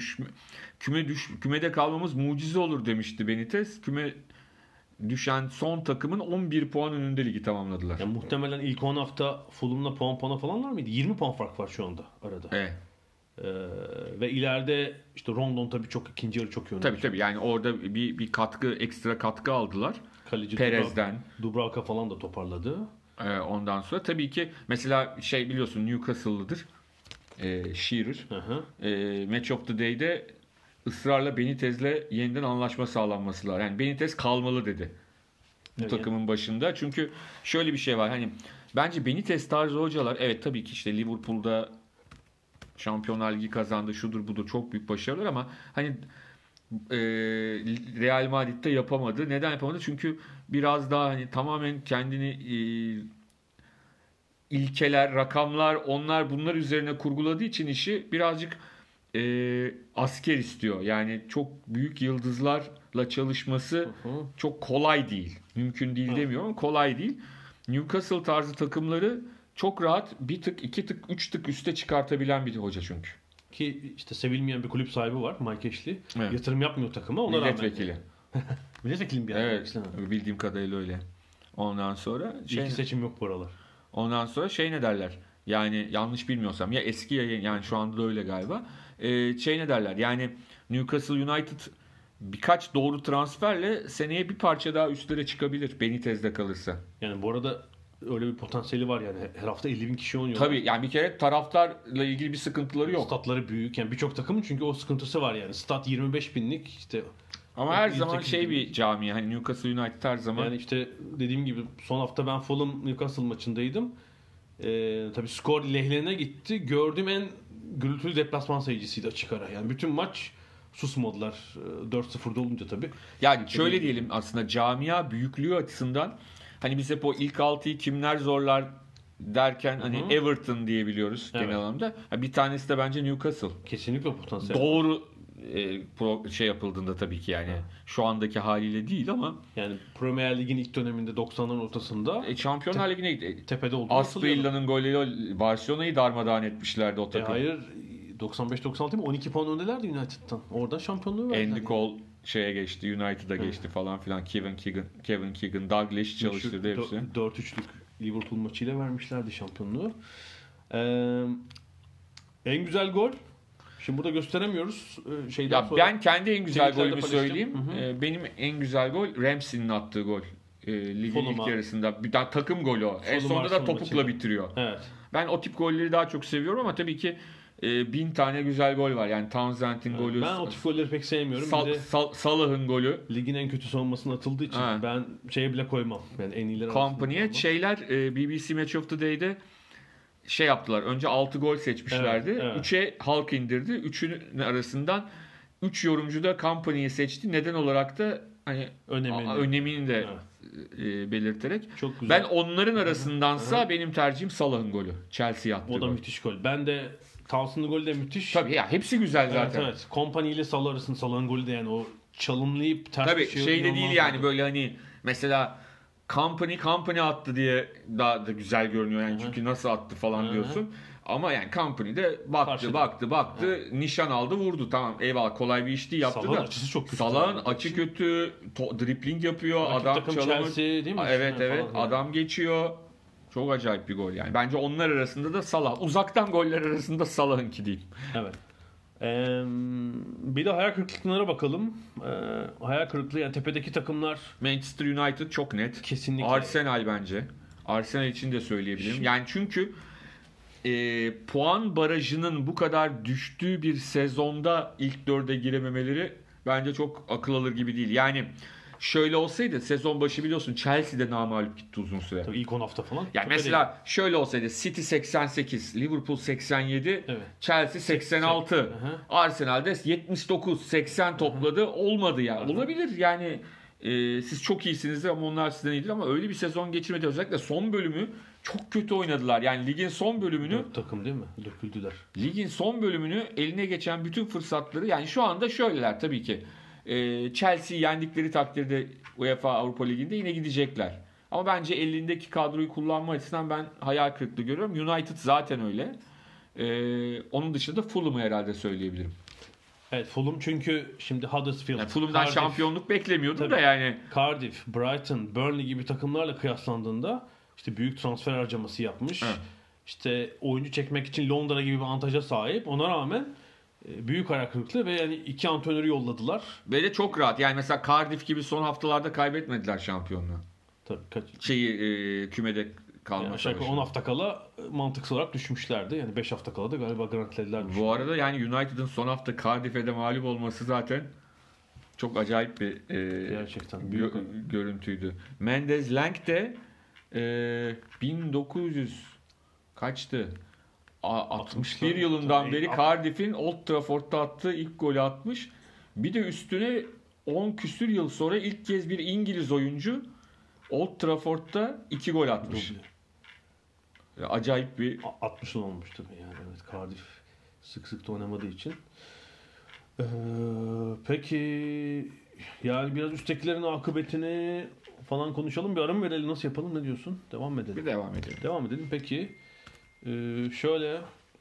kümede kalmamız mucize olur demişti Benitez. Küme düşen son takımın 11 puan önünde ligi tamamladılar. Yani muhtemelen ilk 10 hafta Fulham'la puan falanlar mıydı? 20 puan fark var şu anda arada. Evet. Ve ileride işte Rondon tabii çok ikinci yarı çok iyi oynadı. Tabii yani orada bir ekstra katkı aldılar. Kaleci Perez'den. Dubravka falan da toparladı. Ondan sonra tabii ki mesela şey biliyorsun Newcastle'lıdır. Shearer. Match of the Day'de ısrarla Benitez'le yeniden anlaşma sağlanması lazım. Yani Benitez kalmalı dedi. Bu takımın başında. Çünkü şöyle bir şey var. Hani bence Benitez tarzı hocalar evet tabii ki işte Liverpool'da Şampiyonlar Ligi kazandı. Şudur budur çok büyük başarılar ama hani Real Madrid'de yapamadı. Neden yapamadı? Çünkü biraz daha hani tamamen kendini ilkeler, rakamlar, bunlar üzerine kurguladığı için işi birazcık asker istiyor. Yani çok büyük yıldızlarla çalışması çok kolay değil. Mümkün değil demiyorum ama kolay değil. Newcastle tarzı takımları çok rahat bir tık, iki tık, üç tık üste çıkartabilen bir hoca çünkü. Ki işte sevilmeyen bir kulüp sahibi var Mike Ashley. Evet. Yatırım yapmıyor takıma. Ona Milletvekili. Milletvekili bir evet, bildiğim kadarıyla öyle. Ondan sonra İlk seçim yok bu aralar. Ondan sonra ne derler? Yani yanlış bilmiyorsam ya eski ya yani şu anda da öyle galiba. Ne derler? Yani Newcastle United birkaç doğru transferle seneye bir parça daha üstlere çıkabilir Benitez'de kalırsa. Yani bu arada öyle bir potansiyeli var yani. Her hafta 50.000 kişi oynuyor. Tabii yani bir kere taraftarla ilgili bir sıkıntıları yok. Statları büyük. Yani birçok takımın çünkü o sıkıntısı var yani. Stat 25.000'lik işte. Ama her zaman bir cami hani Newcastle United her zaman. Yani işte dediğim gibi son hafta ben Fulham Newcastle maçındaydım. Tabii skor lehlerine gitti. Gördüğüm en gürültülü deplasman seyircisiydi açık ara. Yani bütün maç susmadılar. 4-0'da olunca tabii. Yani şöyle diyelim aslında camia büyüklüğü açısından hani biz hep o ilk 6'yı kimler zorlar derken hani Everton diyebiliyoruz genel anlamda. Bir tanesi de bence Newcastle. Kesinlikle potansiyel. Doğru yapıldığında tabii ki yani şu andaki haliyle değil ama yani Premier Lig'in ilk döneminde 90'ların ortasında Şampiyonlar Ligi'ne gitti. Tepede oldu. Asprilla'nın golüyle Barcelona'yı darmadağın etmişlerdi o takım. Hayır 95-96 mi? 12 puan öndelerdi United'tan. Oradan şampiyonluğu verdiler. Andy Cole geçti, United'a geçti falan filan. Kevin Keegan, Dalglish çalıştırdı hepsi. 4-3'lük Liverpool maçıyla vermişlerdi şampiyonluğu. En güzel gol. Şimdi burada gösteremiyoruz. Ben kendi en güzel golümü söyleyeyim. Benim en güzel gol Ramsey'nin attığı gol. Ligin ilk yarısında. Bir tane takım golü o. En sonunda da topukla bitiriyor. Evet. Ben o tip golleri daha çok seviyorum ama tabii ki 1000 tane güzel gol var. Yani Townsend'in golü. Ben o tip golleri pek sevmiyorum. Salah'ın golü. Ligin en kötü savunmasına atıldığı için ben bile koymam. Yani en iyileri Company'e BBC Match of the Day'de yaptılar. Önce 6 gol seçmişlerdi. 3'e halk indirdi. 3'ün arasından 3 yorumcu da Company'yi seçti. Neden olarak da hani önemini de belirterek. Çok güzel. Ben onların arasındansa benim tercihim Salah'ın golü. Chelsea'ye attığı O da gol. müthiş gol. Ben de Townsend'ın golü de müthiş. Tabii ya, hepsi güzel zaten. Evet. Kompany ile Salah arasında Salah'ın golü de yani o çalımlayıp ters Tabii bir şey şey de değil inanılmaz yani oldu. böyle hani mesela Company attı diye daha da güzel görünüyor yani, çünkü nasıl attı falan diyorsun. Ama yani Company de baktı, nişan aldı, vurdu. Tamam, eyvallah, kolay bir iş değil, yaptı Salah'ın da. açısı çok kötü. Salah'ın açı kötü, dribbling yapıyor, Rakip adam takım çalımı. Chelsea değil mi? Evet Yani falan. adam geçiyor. Çok acayip bir gol yani. Bence onlar arasında da Salah. Uzaktan goller arasında Salah'ınki değil. Evet. Bir de hayal kırıklıklara bakalım. Hayal kırıklığı yani tepedeki takımlar Manchester United çok net. kesinlikle. Arsenal bence. Arsenal için de söyleyebilirim. Yani çünkü puan barajının bu kadar düştüğü bir sezonda ilk dörde girememeleri bence çok akıl alır gibi değil. Yani şöyle olsaydı, sezon başı biliyorsun Chelsea'de namağlup gitti uzun süre. Tabii ilk 10 hafta falan. Yani Çok mesela şöyle olsaydı, City 88, Liverpool 87, Evet. Chelsea 86, Hı. Arsenal'de 79-80 topladı. Olmadı ya. Olabilir yani, siz çok iyisinizdir ama onlar sizden iyidir, ama öyle bir sezon geçirmedi. Özellikle son bölümü çok kötü oynadılar. Yani ligin son bölümünü, 4 takım değil mi? Döküldüler. ligin son bölümünü eline geçen bütün fırsatları, yani şu anda şöyleler tabii ki. Chelsea'yi yendikleri takdirde UEFA Avrupa Ligi'nde yine gidecekler. Ama bence elindeki kadroyu kullanma açısından ben hayal kırıklığı görüyorum. United zaten öyle. Onun dışında Fulham'ı herhalde söyleyebilirim. Evet, Fulham çünkü şimdi Huddersfield, Yani Fulham'dan Cardiff, şampiyonluk beklemiyordum Tabii. da yani. Cardiff, Brighton, Burnley gibi takımlarla kıyaslandığında işte büyük transfer harcaması yapmış. Evet. İşte oyuncu çekmek için Londra gibi bir avantaja sahip. Ona rağmen büyük hayal kırıklığı ve yani 2 antrenörü yolladılar. Ve de çok rahat. Yani mesela Cardiff gibi son haftalarda kaybetmediler şampiyonluğu. Tabii Kümede kalma yani aşağı yukarı savaşı. 10 hafta kala mantıksal olarak düşmüşlerdi. Yani 5 hafta kala da galiba garantilediler. Bu arada yani United'ın son hafta Cardiff'e de mağlup olması zaten çok acayip bir Gerçekten büyük. görüntüydü. Mendes Lang de 1900 kaçtı? 61 yılından beri Cardiff'in Old Trafford'da attığı ilk golü atmış. Bir de üstüne 10 küsür yıl sonra ilk kez bir İngiliz oyuncu Old Trafford'da 2 gol atmış. Acayip bir 60 yıl olmuş tabii yani. Evet, Cardiff sık sık da oynamadığı için. Peki yani biraz üsttekilerin akıbetini falan konuşalım. Bir ara mı verelim? Nasıl yapalım? Ne diyorsun? Devam mı edelim? bir devam edelim. Devam edelim. Peki şöyle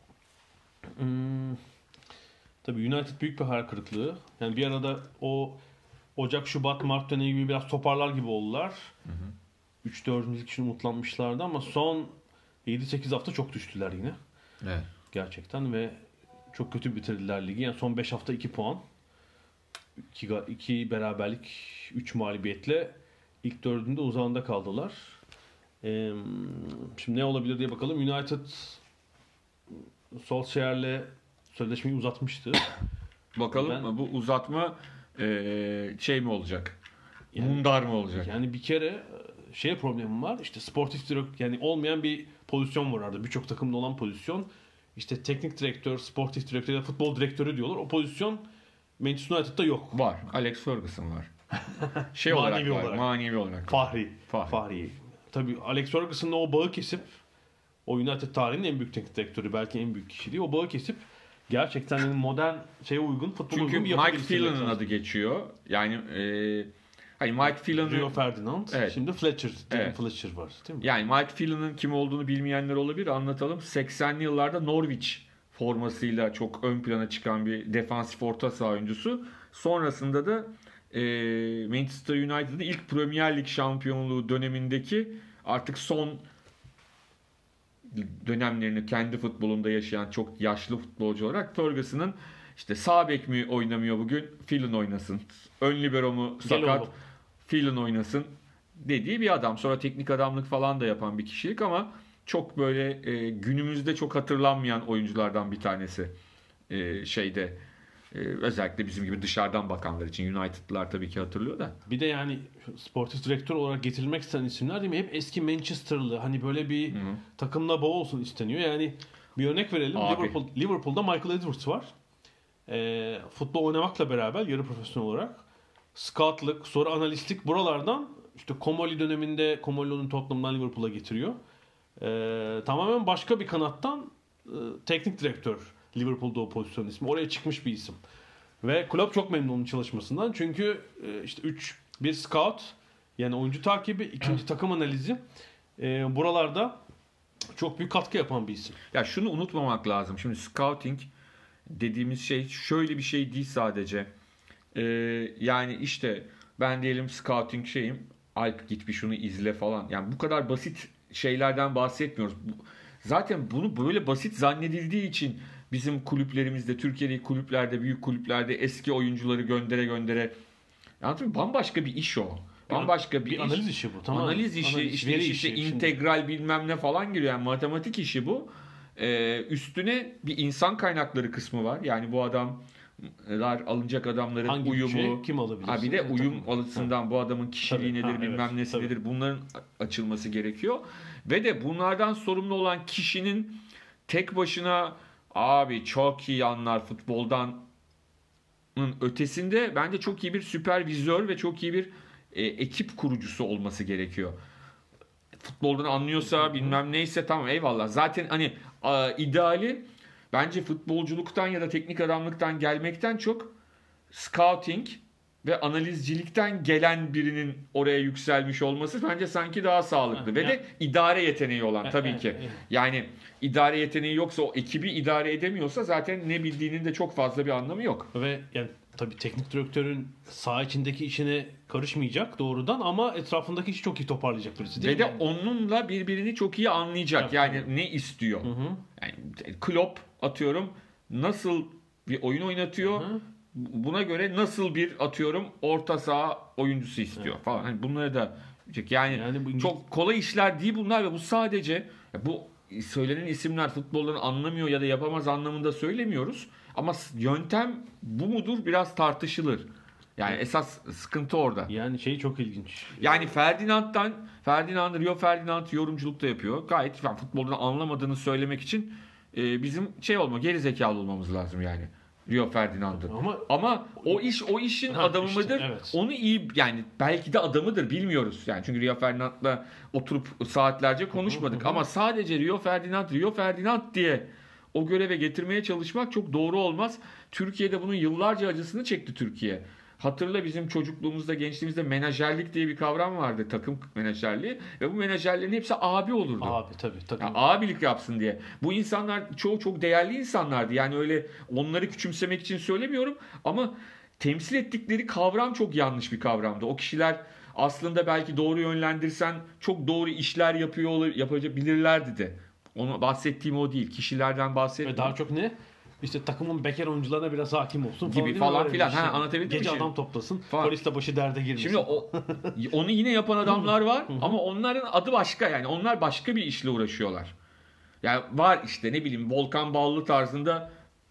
tabii United büyük bir hayal kırıklığı. Yani bir arada o Ocak, Şubat, Mart dönemi gibi biraz toparlar gibi oldular. 3-4. için umutlanmışlardı ama son 7-8 hafta çok düştüler yine. Evet. Gerçekten ve çok kötü bitirdiler ligi. Yani son 5 hafta 2 puan. 2 beraberlik, 3 mağlubiyetle ilk dördünde uzağında kaldılar. Şimdi ne olabilir diye bakalım. United Solskjaer'le sözleşmeyi uzatmıştı. Bakalım bu uzatma şey mi olacak? Yani- Mundar mı olacak? Yani bir kere problemim var. İşte sportif direktör, yani olmayan bir pozisyon var orada. Birçok takımda olan pozisyon. İşte teknik direktör, sportif direktör ya da futbol direktörü diyorlar. O pozisyon Manchester United'da yok. Var. Alex Ferguson var. Şey Manevi olarak var. olarak. Manevi olarak. Fahri. Tabii Alex Ferguson'la o bağı kesip, o United tarihinin en büyük teknik direktörü, belki en büyük kişiliği, o bağı kesip gerçekten yani modern şeye uygun, futbola Çünkü uygun bir Mike geliştirmek Phelan'ın lazım. adı geçiyor. Yani hani Mike Phelan'ın Rio Ferdinand. Evet. Şimdi Fletcher. Evet. Fletcher var değil mi? yani Mike Phelan'ın kim olduğunu bilmeyenler olabilir. Anlatalım. 80'li yıllarda Norwich formasıyla çok ön plana çıkan bir defansif orta saha oyuncusu. Sonrasında da Manchester United'ın ilk Premier Lig şampiyonluğu dönemindeki artık son dönemlerini kendi futbolunda yaşayan çok yaşlı futbolcu olarak Ferguson'ın işte sağ bek mi oynamıyor bugün? Phelan oynasın. Ön libero mu sakat? oğlum. Phelan oynasın dediği bir adam. Sonra teknik adamlık falan da yapan bir kişilik ama çok böyle günümüzde çok hatırlanmayan oyunculardan bir tanesi. Özellikle bizim gibi dışarıdan bakanlar için, United'lılar tabii ki hatırlıyor da. Bir de yani sportif direktör olarak getirilmek istenen isimler değil mi? Hep eski Manchester'lı. Hani böyle bir takımla bağı olsun isteniyor. Yani bir örnek verelim. Abi. Liverpool'da Michael Edwards var. Futbol oynamakla beraber yarı profesyonel olarak scoutlık, sonra analistlik buralardan işte Komoli döneminde Komoli'nin Tottenham'dan Liverpool'a getiriyor. Tamamen başka bir kanattan teknik direktör Liverpool'da o pozisyon ismi. Oraya çıkmış bir isim. Ve Klopp çok memnun onun çalışmasından. Çünkü işte bir scout, yani oyuncu takibi, ikinci takım analizi, buralarda çok büyük katkı yapan bir isim. Ya şunu unutmamak lazım. Şimdi scouting dediğimiz şey şöyle bir şey değil sadece. Yani işte ben diyelim scouting şeyim. Alp git bir şunu izle falan. Yani bu kadar basit şeylerden bahsetmiyoruz. Zaten bunu böyle basit zannedildiği için bizim kulüplerimizde, Türkiye'deki kulüplerde, büyük kulüplerde eski oyuncuları göndere anladın mı? Bambaşka bir iş o. Bambaşka bir iş. Analiz işi bu. Tamam. Analiz işi, işte integral bilmem ne falan giriyor. Yani matematik işi bu. Üstüne bir insan kaynakları kısmı var. Yani bu adamlar, alınacak adamların hangi uyumu. kim alabilir? Bir de uyum açısından bu adamın kişiliği nedir, bilmem nesi nedir. Bunların açılması gerekiyor. Ve de bunlardan sorumlu olan kişinin tek başına abi çok iyi anlar futboldan ötesinde bence çok iyi bir süpervizör ve çok iyi bir ekip kurucusu olması gerekiyor. Futboldan anlıyorsa bilmem neyse tamam eyvallah. Zaten hani ideali bence futbolculuktan ya da teknik adamlıktan gelmekten çok scouting ve analizcilikten gelen birinin oraya yükselmiş olması bence sanki daha sağlıklı. Ve de idare yeteneği olan tabii ki. Yani idare yeteneği yoksa, o ekibi idare edemiyorsa zaten ne bildiğinin de çok fazla bir anlamı yok. Ve yani tabii teknik direktörün saha içindeki işine karışmayacak doğrudan ama etrafındaki işi çok iyi toparlayacak birisi değil Ve mi? de onunla birbirini çok iyi anlayacak. Evet, yani ne istiyor? Yani Klopp atıyorum nasıl bir oyun oynatıyor? Buna göre nasıl bir atıyorum orta saha oyuncusu istiyor falan. Hani bunları da yani bu çok kolay işler değil bunlar ve bu sadece bu söylenen isimler futboldan anlamıyor ya da yapamaz anlamında söylemiyoruz. Ama yöntem bu mudur biraz tartışılır. Yani esas sıkıntı orada. Yani şey çok ilginç. Yani Rio Ferdinand yorumculukta yapıyor. Gayet futboldan anlamadığını söylemek için bizim geri zekalı olmamız lazım yani. Rio Ferdinand'ın. Ama o işin adamı mıdır? Evet. Onu iyi yani belki de adamıdır bilmiyoruz. Yani çünkü Rio Ferdinand'la oturup saatlerce konuşmadık ama sadece Rio Ferdinand diye o göreve getirmeye çalışmak çok doğru olmaz. Türkiye'de bunun yıllarca acısını çekti Türkiye. Hatırla bizim çocukluğumuzda, gençliğimizde menajerlik diye bir kavram vardı. Takım menajerliği. Ve bu menajerlerin hepsi abi olurdu. Abi tabii. Yani abilik yapsın diye. Bu insanlar çoğu çok değerli insanlardı. Yani öyle onları küçümsemek için söylemiyorum. Ama temsil ettikleri kavram çok yanlış bir kavramdı. O kişiler aslında belki doğru yönlendirsen çok doğru işler yapabilirlerdi de. Onu bahsettiğim o değil. Kişilerden bahsetmiyorum. Ve daha çok ne? İşte takımın bekar oyuncularına biraz hakim olsun gibi falan filan. Anlatabildim mi? Gece adam toplasın. Polis de başı derde girmesin. Şimdi onu yine yapan adamlar var ama onların adı başka yani. Onlar başka bir işle uğraşıyorlar. Yani var işte ne bileyim Volkan Ballı tarzında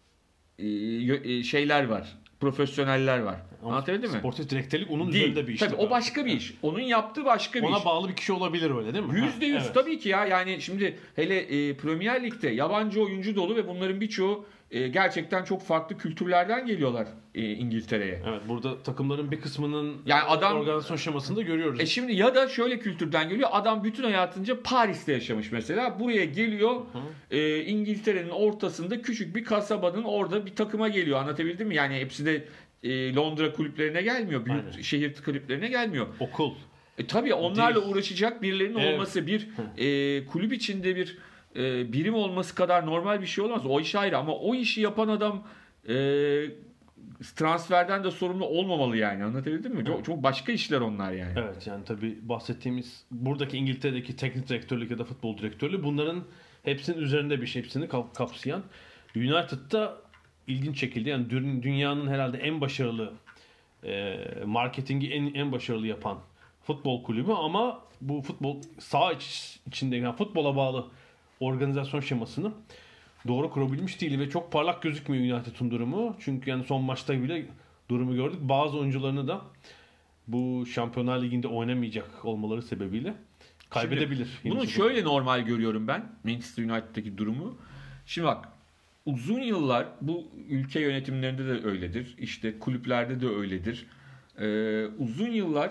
şeyler var. Profesyoneller var. Anlatabildim mi? Sportif direktörlük onun üzerinde bir iş. Tabii o başka bir iş. Onun yaptığı başka bir iş. Ona bağlı bir kişi olabilir öyle değil mi? %100 evet. Tabii ki ya. Yani şimdi hele Premier Lig'de yabancı oyuncu dolu ve bunların birçoğu gerçekten çok farklı kültürlerden geliyorlar İngiltere'ye. Evet, burada takımların bir kısmının yani organizasyon şemasında görüyoruz. Şimdi ya da şöyle kültürden geliyor. Adam bütün hayatınca Paris'te yaşamış mesela. Buraya geliyor. İngiltere'nin ortasında küçük bir kasabanın orada bir takıma geliyor. Anlatabildim mi? Yani hepsi de Londra kulüplerine gelmiyor. Büyük şehir kulüplerine gelmiyor. Okul. Tabii onlarla uğraşacak birilerinin olması bir kulüp içinde bir birim olması kadar normal bir şey olmaz. O iş ayrı ama o işi yapan adam transferden de sorumlu olmamalı yani. Anlatabildim mi? Çok başka işler onlar yani. Evet yani tabii bahsettiğimiz buradaki İngiltere'deki teknik direktörlük ya da futbol direktörlüğü bunların hepsinin üzerinde bir şey. Hepsini kapsayan. United'da ilginç şekilde yani dünyanın herhalde en başarılı marketingi en başarılı yapan futbol kulübü ama bu futbol saha içinde yani futbola bağlı organizasyon şemasını doğru kurabilmiş değil ve çok parlak gözükmüyor United'ın durumu. Çünkü yani son maçta bile durumu gördük. Bazı oyuncularını da bu Şampiyonlar Ligi'nde oynamayacak olmaları sebebiyle kaybedebilir. Şimdi bunu şöyle normal görüyorum ben Manchester United'daki durumu. Şimdi bak uzun yıllar bu ülke yönetimlerinde de öyledir. İşte kulüplerde de öyledir. Uzun yıllar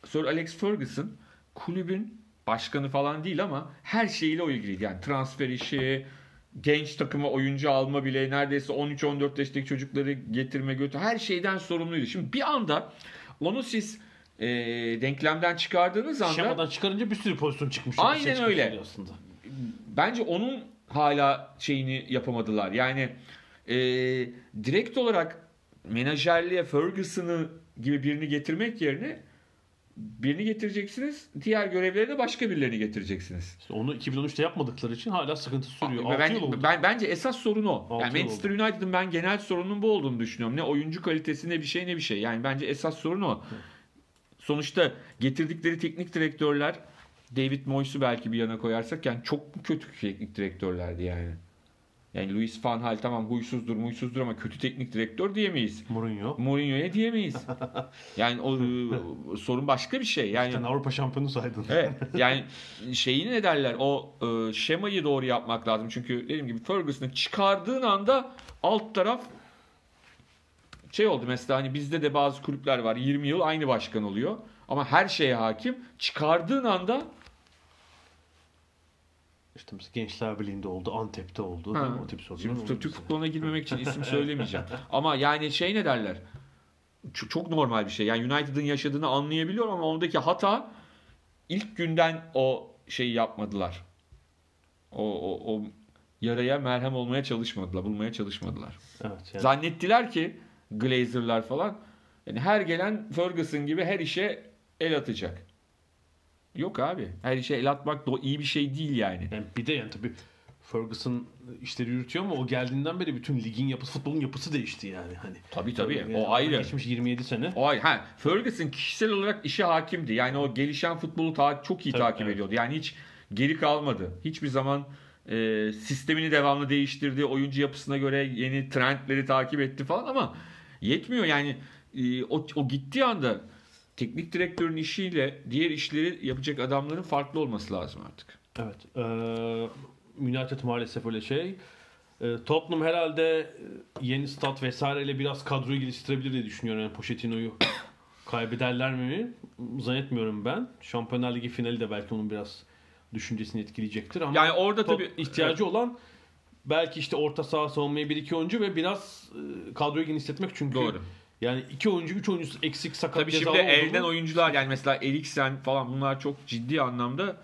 Sir Alex Ferguson kulübün başkanı falan değil ama her şeyiyle o ilgiliydi. Yani transfer işi, genç takıma oyuncu alma bile, neredeyse 13-14 yaşındaki çocukları getirme her şeyden sorumluydu. Şimdi bir anda onu siz denklemden çıkardığınız anda şemadan çıkarınca bir sürü pozisyon çıkmış. Aynen öyle. Aslında. Bence onun hala şeyini yapamadılar. Yani direkt olarak menajerliğe Ferguson'ı gibi birini getirmek yerine birini getireceksiniz. Diğer görevlere de başka birilerini getireceksiniz. İşte onu 2013'te yapmadıkları için hala sıkıntı sürüyor. Bence esas sorun o. Yani Manchester United'ın ben genel sorunun bu olduğunu düşünüyorum. Ne oyuncu kalitesi ne bir şey. Yani bence esas sorun o. Sonuçta getirdikleri teknik direktörler, David Moyes'u belki bir yana koyarsak, yani çok kötü teknik direktörlerdi yani. Yani Louis van Gaal tamam huysuzdur ama kötü teknik direktör diyemeyiz. Mourinho'ya diyemeyiz. Yani o sorun başka bir şey. Yani sen Avrupa şampiyonu saydın. Evet. Yani şeyi ne derler? O şemayı doğru yapmak lazım. Çünkü dediğim gibi Ferguson'ı çıkardığın anda alt taraf şey oldu mesela, hani bizde de bazı kulüpler var 20 yıl aynı başkan oluyor ama her şeye hakim. Çıkardığın anda İşte mesela Gençler Birliği'nde oldu, Antep'te oldu. O tip sorunlar. Şimdi Türk futboluna girmemek için isim söylemeyeceğim. Ama yani şey ne derler? Çok normal bir şey. Yani United'ın yaşadığını anlayabiliyorum ama ondaki hata ilk günden o şeyi yapmadılar. O yaraya merhem olmaya çalışmadılar, bulmaya çalışmadılar. Evet, yani. Zannettiler ki Glazer'lar falan yani her gelen Ferguson gibi her işe el atacak. Yok abi. Her işe el atmak da iyi bir şey değil yani. Yani bir de yani tabii Ferguson işleri yürütüyor ama o geldiğinden beri bütün ligin yapısı, futbolun yapısı değişti yani. Hani Tabii. Yani O ayrı. Geçmiş 27 sene. O ayrı. Ferguson kişisel olarak işe hakimdi. Yani o gelişen futbolu çok iyi takip ediyordu. Yani hiç geri kalmadı. Hiçbir zaman sistemini devamlı değiştirdi. Oyuncu yapısına göre yeni trendleri takip etti falan ama yetmiyor yani. O gittiği anda teknik direktörün işiyle diğer işleri yapacak adamların farklı olması lazım artık. Evet. United maalesef öyle şey. Tottenham herhalde yeni stat vesaireyle biraz kadroyu geliştirebilir diye düşünüyorum. Yani Pochettino'yu kaybederler mi? Zannetmiyorum ben. Şampiyonlar Ligi finali de belki onun biraz düşüncesini etkileyecektir ama yani orada tabii ihtiyacı olan belki işte orta saha, savunmaya 1-2 oyuncu ve biraz kadroyu genişletmek çünkü doğru. Yani 2 oyuncu 3 oyuncusu eksik, sakat, tabii şimdi elden oyuncular yani mesela Eriksen falan bunlar çok ciddi anlamda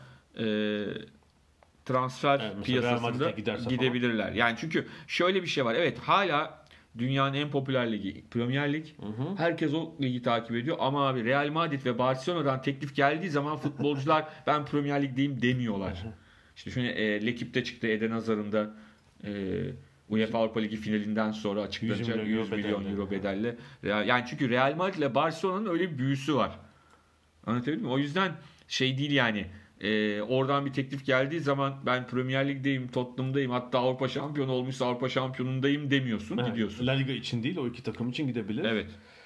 transfer piyasasında gidebilirler. Falan. Yani çünkü şöyle bir şey var. Evet hala dünyanın en popüler ligi Premier Lig. Hı-hı. Herkes o ligi takip ediyor ama abi Real Madrid ve Barcelona'dan teklif geldiği zaman futbolcular ben Premier Lig'deyim demiyorlar. Hı-hı. İşte şöyle L'Equipe'de çıktı Eden Hazard'ın UEFA Avrupa Ligi finalinden sonra açıklanacak 100 milyon euro bedelle. Yani çünkü Real Madrid ile Barcelona'nın öyle bir büyüsü var. Anlatabildim mi? O yüzden şey değil yani. Oradan bir teklif geldiği zaman ben Premier Lig'deyim, Tottenham'dayım, hatta Avrupa şampiyonu olmuşsa Avrupa şampiyonundayım demiyorsun, gidiyorsun. La Liga için değil, o iki takım için gidebilir. Evet.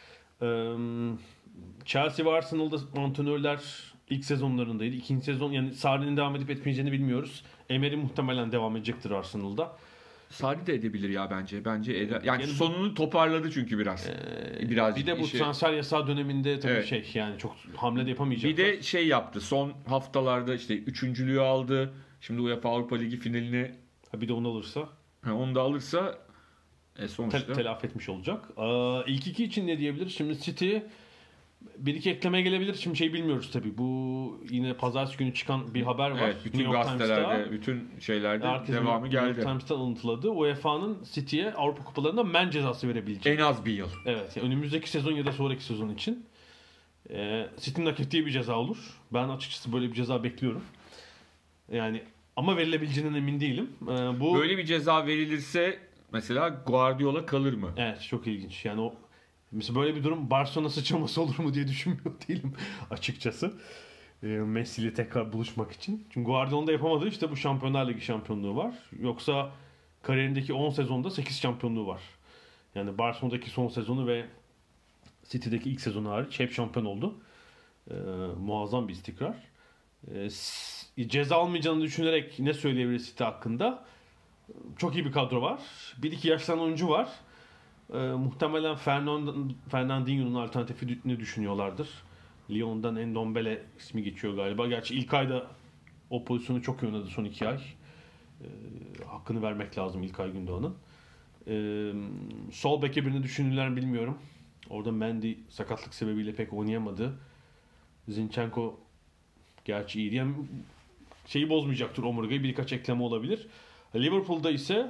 Chelsea ve Arsenal'da antrenörler ilk sezonlarındaydı. İkinci sezon yani Sarri'nin devam edip etmeyeceğini bilmiyoruz. Emery muhtemelen devam edecektir Arsenal'da. Sarri de edebilir ya bence. Bence eder. Yani sonunu toparladı çünkü biraz. Bir de bu transfer yasağı döneminde tabii yani çok hamle de yapamayacaklar. Bir de şey yaptı. Son haftalarda işte üçüncülüğü aldı. Şimdi UEFA Avrupa Ligi finaline bir de onu alırsa. Onu da alırsa sonuçta telafi etmiş olacak. İlk iki için ne diyebilir? Şimdi City bir iki ekleme gelebilir. Şimdi bilmiyoruz tabii. Bu yine pazartesi günü çıkan bir haber var. Evet, bütün gazetelerde, bütün şeylerde devamı geldi. New York Times'tan alıntıladı. UEFA'nın City'ye Avrupa Kupalarında men cezası verebilecek. En az bir yıl. Evet. Yani önümüzdeki sezon ya da sonraki sezon için. City'nin hak ettiği bir ceza olur. Ben açıkçası böyle bir ceza bekliyorum. Yani ama verilebileceğinden emin değilim. Böyle bir ceza verilirse mesela Guardiola kalır mı? Evet, çok ilginç. Yani mesela böyle bir durum Barcelona sıçraması olur mu diye düşünmüyor değilim açıkçası. Messi ile tekrar buluşmak için. Çünkü Guardiola'nın da yapamadığı işte bu Şampiyonlar Ligi şampiyonluğu var. Yoksa kariyerindeki 10 sezonda 8 şampiyonluğu var. Yani Barcelona'daki son sezonu ve City'deki ilk sezonu hariç hep şampiyon oldu. Muazzam bir istikrar. Ceza almayacağını düşünerek ne söyleyebiliriz City hakkında? Çok iyi bir kadro var. 1-2 yaşlanan oyuncu var. Muhtemelen Fernandinho'nun alternatifini düşünüyorlardır. Lyon'dan Ndombele ismi geçiyor galiba. Gerçi ilk ayda o pozisyonu çok iyi oynadı son 2 ay. Hakkını vermek lazım İlkay Gündoğan'ın. Sol beke birini düşünürler bilmiyorum. Orada Mendy sakatlık sebebiyle pek oynayamadı. Zinchenko gerçi iyiydi. Yani şeyi bozmayacaktır omurgayı. Birkaç ekleme olabilir. Liverpool'da ise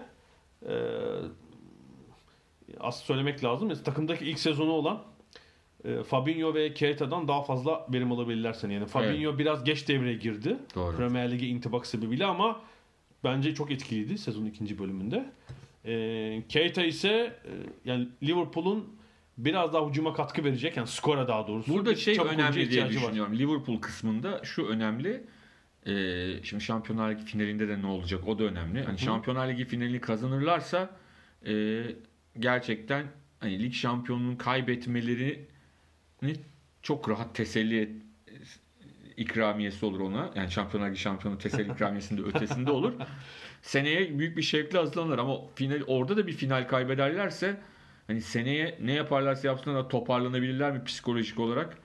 aslında söylemek lazım. Mesela takımdaki ilk sezonu olan Fabinho ve Keita'dan daha fazla verim alabilirler yani. Fabinho biraz geç devreye girdi. Doğru. Premier Lig'e intibak sebebiyle ama bence çok etkiliydi sezonun ikinci bölümünde. Keita ise yani Liverpool'un biraz daha hücuma katkı verecek. Yani skora daha doğrusu. Burada şey çabuk önemli oyuncuya diye ihtiyacı var. düşünüyorum. Liverpool kısmında şu önemli. Şimdi Şampiyonlar Ligi finalinde de ne olacak o da önemli. Hani Şampiyonlar Ligi finalini kazanırlarsa gerçekten hani lig şampiyonluğunu kaybetmelerini çok rahat ikramiyesi olur ona. Yani Şampiyonlar Ligi şampiyonu teselli ikramiyesinde ötesinde olur. Seneye büyük bir şevkle hazırlanırlar ama orada da bir final kaybederlerse hani seneye ne yaparlarsa yapsınlar da toparlanabilirler mi psikolojik olarak?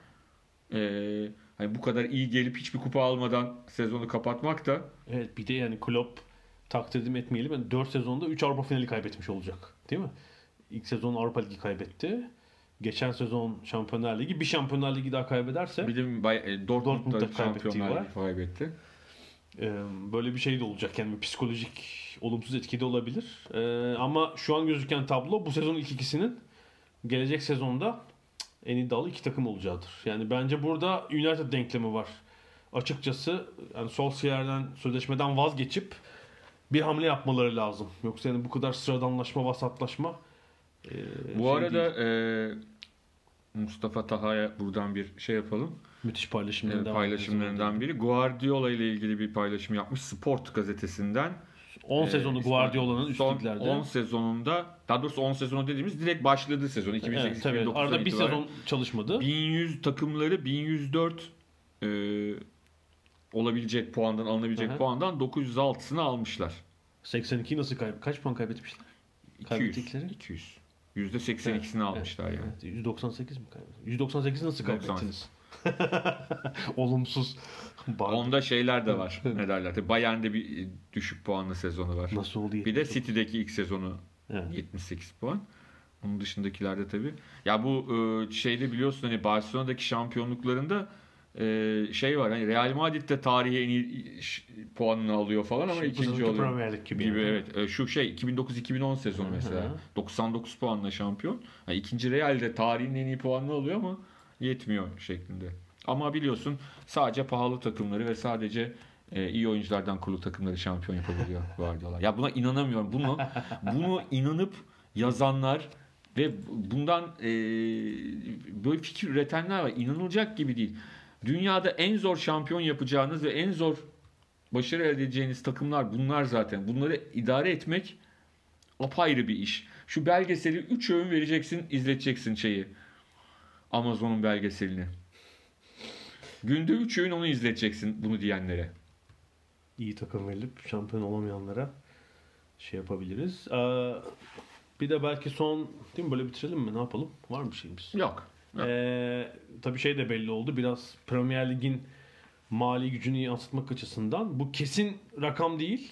Hani bu kadar iyi gelip hiçbir kupa almadan sezonu kapatmak da. Evet, bir de yani Klopp takdir etmeyelim. Yani 4 sezonda 3 Avrupa finali kaybetmiş olacak. Değil mi? İlk sezon Avrupa Ligi kaybetti. Geçen sezon Şampiyonlar Ligi. Bir Şampiyonlar Ligi daha kaybederse Bir de Dortmund'da kaybettiği Şampiyonlar var. Ligi kaybetti. Böyle bir şey de olacak. Yani bir psikolojik olumsuz etki de olabilir. Ama şu an gözüken tablo bu sezonun ilk ikisinin gelecek sezonda en iddialı iki takım olacaktır. Yani bence burada United denklemi var. Açıkçası yani Solskjaer'den sözleşmeden vazgeçip bir hamle yapmaları lazım. Yoksa yani bu kadar sıradanlaşma, vasatlaşma bu arada Mustafa Taha'ya buradan bir şey yapalım. Müthiş paylaşımlarından biri. Guardiola ile ilgili bir paylaşım yapmış Sport gazetesinden. 10 sezonu Guardiola'nın üst liglerde. 10 sezonunda, daha doğrusu 10 sezonu dediğimiz direkt başladığı sezon 2008-2009'dan evet, arada bir sezon çalışmadı. 1100 takımları 1104 olabilecek puandan alınabilecek puandan 906'sını almışlar. 82 nasıl kaç puan kaybetmişler? 200. %82'sini almışlar yani. Evet, 198 mi kaybettiler? 198 nasıl kaybettiniz? Olumsuz. Onda şeyler de var. Ne derler? Bayern'de bir düşük puanlı sezonu var. Nasıl oldu? Bir de City'deki ilk sezonu 78 puan. Onun dışındakilerde tabii. Ya bu şeyde biliyorsun hani Barcelona'daki şampiyonluklarında şey var. Hani Real Madrid'de tarihi en iyi puanını alıyor falan ama ikinci oluyor. Premier Lig gibi. Evet. Şu şey 2009-2010 sezonu mesela. 99 puanla şampiyon. Yani ikinci Real'de tarihin en iyi puanını alıyor ama yetmiyor şeklinde. Ama biliyorsun sadece pahalı takımları ve sadece iyi oyunculardan kurulu takımları şampiyon yapabiliyor Guardiola. Ya buna inanamıyorum. Bunu inanıp yazanlar ve bundan böyle fikir üretenler var. İnanılacak gibi değil. Dünyada en zor şampiyon yapacağınız ve en zor başarı elde edeceğiniz takımlar bunlar zaten. Bunları idare etmek apayrı bir iş. Şu belgeseli 3 öğün vereceksin, izleteceksin şeyi. Amazon'un belgeselini. Günde 3 öğün onu izleteceksin bunu diyenlere. İyi takım verilip şampiyon olamayanlara şey yapabiliriz. Bir de belki son değil mi böyle bitirelim mi? Ne yapalım? Var mı bir şeyimiz? Yok. Tabii şey de belli oldu. Biraz Premier Lig'in mali gücünü yansıtmak açısından. Bu kesin rakam değil.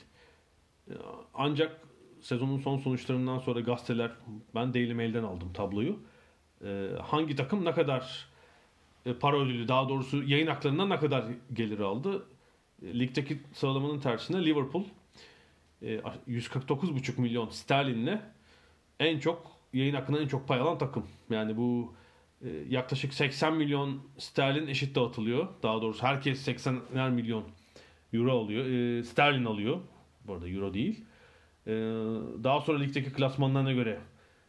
Ancak sezonun son sonuçlarından sonra gazeteler, ben Daily Mail'den aldım tabloyu. Hangi takım ne kadar para ödülü, daha doğrusu yayın haklarından ne kadar gelir aldı? Ligdeki sıralamanın tersine Liverpool 149,5 milyon sterlinle en çok yayın hakkından en çok pay alan takım. Yani bu yaklaşık 80 milyon sterlin eşit dağıtılıyor. Daha doğrusu herkes 80'er milyon euro alıyor. Sterlin alıyor. Bu arada euro değil. Daha sonra ligdeki klasmanlarına göre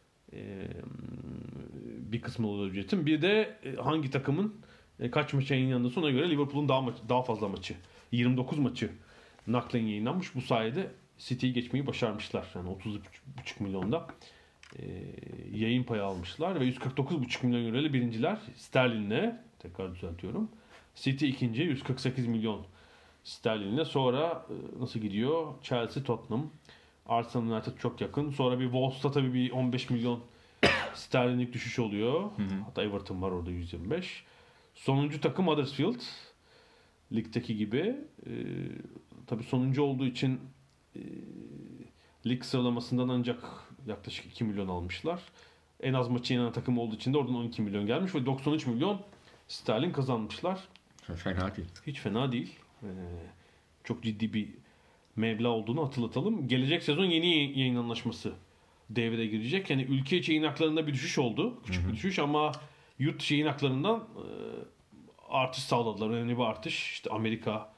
bir kısmı oluyor ücretin. Bir de hangi takımın kaç maç yayınlanırsa ona göre Liverpool'un daha fazla maçı. 29 maçı naklen yayınlanmış. Bu sayede City'yi geçmeyi başarmışlar. Yani 30,5 milyonda yayın payı almışlar ve 149,5 milyon euro ile birinciler sterlinle, tekrar düzeltiyorum. City ikinci 148 milyon sterlinle. Sonra nasıl gidiyor? Chelsea, Tottenham, Arsenal, United çok yakın. Sonra bir Wolves'ta tabii bir 15 milyon sterlinlik düşüş oluyor. Hatta Everton var orada 125. Sonuncu takım Huddersfield. Ligdeki gibi. Tabii sonuncu olduğu için lig sıralamasından ancak yaklaşık 2 milyon almışlar. En az maçı yenen takım olduğu için de oradan 12 milyon gelmiş ve 93 milyon sterlin kazanmışlar. Fena değil. Hiç fena değil. Çok ciddi bir meblağ olduğunu hatırlatalım. Gelecek sezon yeni yayın anlaşması devreye girecek. Yani ülke içi yayın haklarında bir düşüş oldu. Küçük bir düşüş ama yurt dışı yayın haklarından artış sağladılar. Önemli bir artış. İşte Amerika,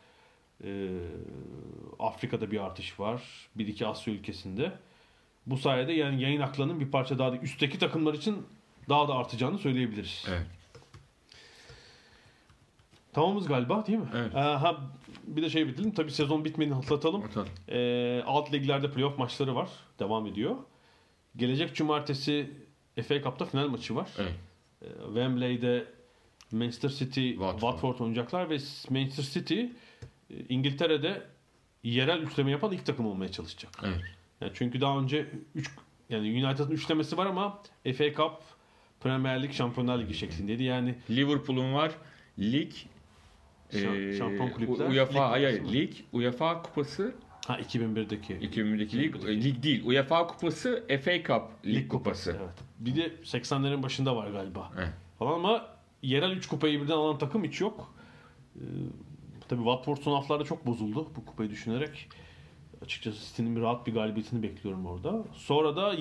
Afrika'da bir artış var. Bir iki Asya ülkesinde. Bu sayede yani yayın haklarının bir parça daha değil. Üstteki takımlar için daha da artacağını söyleyebiliriz. Evet. Tamamız galiba değil mi? Evet. Bir de şey bitirelim. Tabii sezon bitmediğini hatırlatalım. Alt liglerde playoff maçları var. Devam ediyor. Gelecek cumartesi FA Cup'ta final maçı var. Evet. Wembley'de Manchester City, Watford oynayacaklar ve Manchester City İngiltere'de yerel üçleme yapan ilk takım olmaya çalışacak. Evet. Yani çünkü daha önce yani United'ın üçlemesi var ama FA Cup, Premier Lig, Şampiyonlar Ligi şeklindeydi. Yani Liverpool'un var. Lig Şampiyon kulüpler. UEFA lig, UEFA kupası. 2001'deki. 2001'deki lig değil. UEFA kupası, FA Cup lig kupası. Evet. Bir de 80'lerin başında var galiba. Evet. Falan ama yerel 3 kupayı birden alan takım hiç yok. Tabii Watford son haftalarda çok bozuldu bu kupayı düşünerek. Açıkçası City'nin rahat bir galibiyetini bekliyorum orada. Sonra da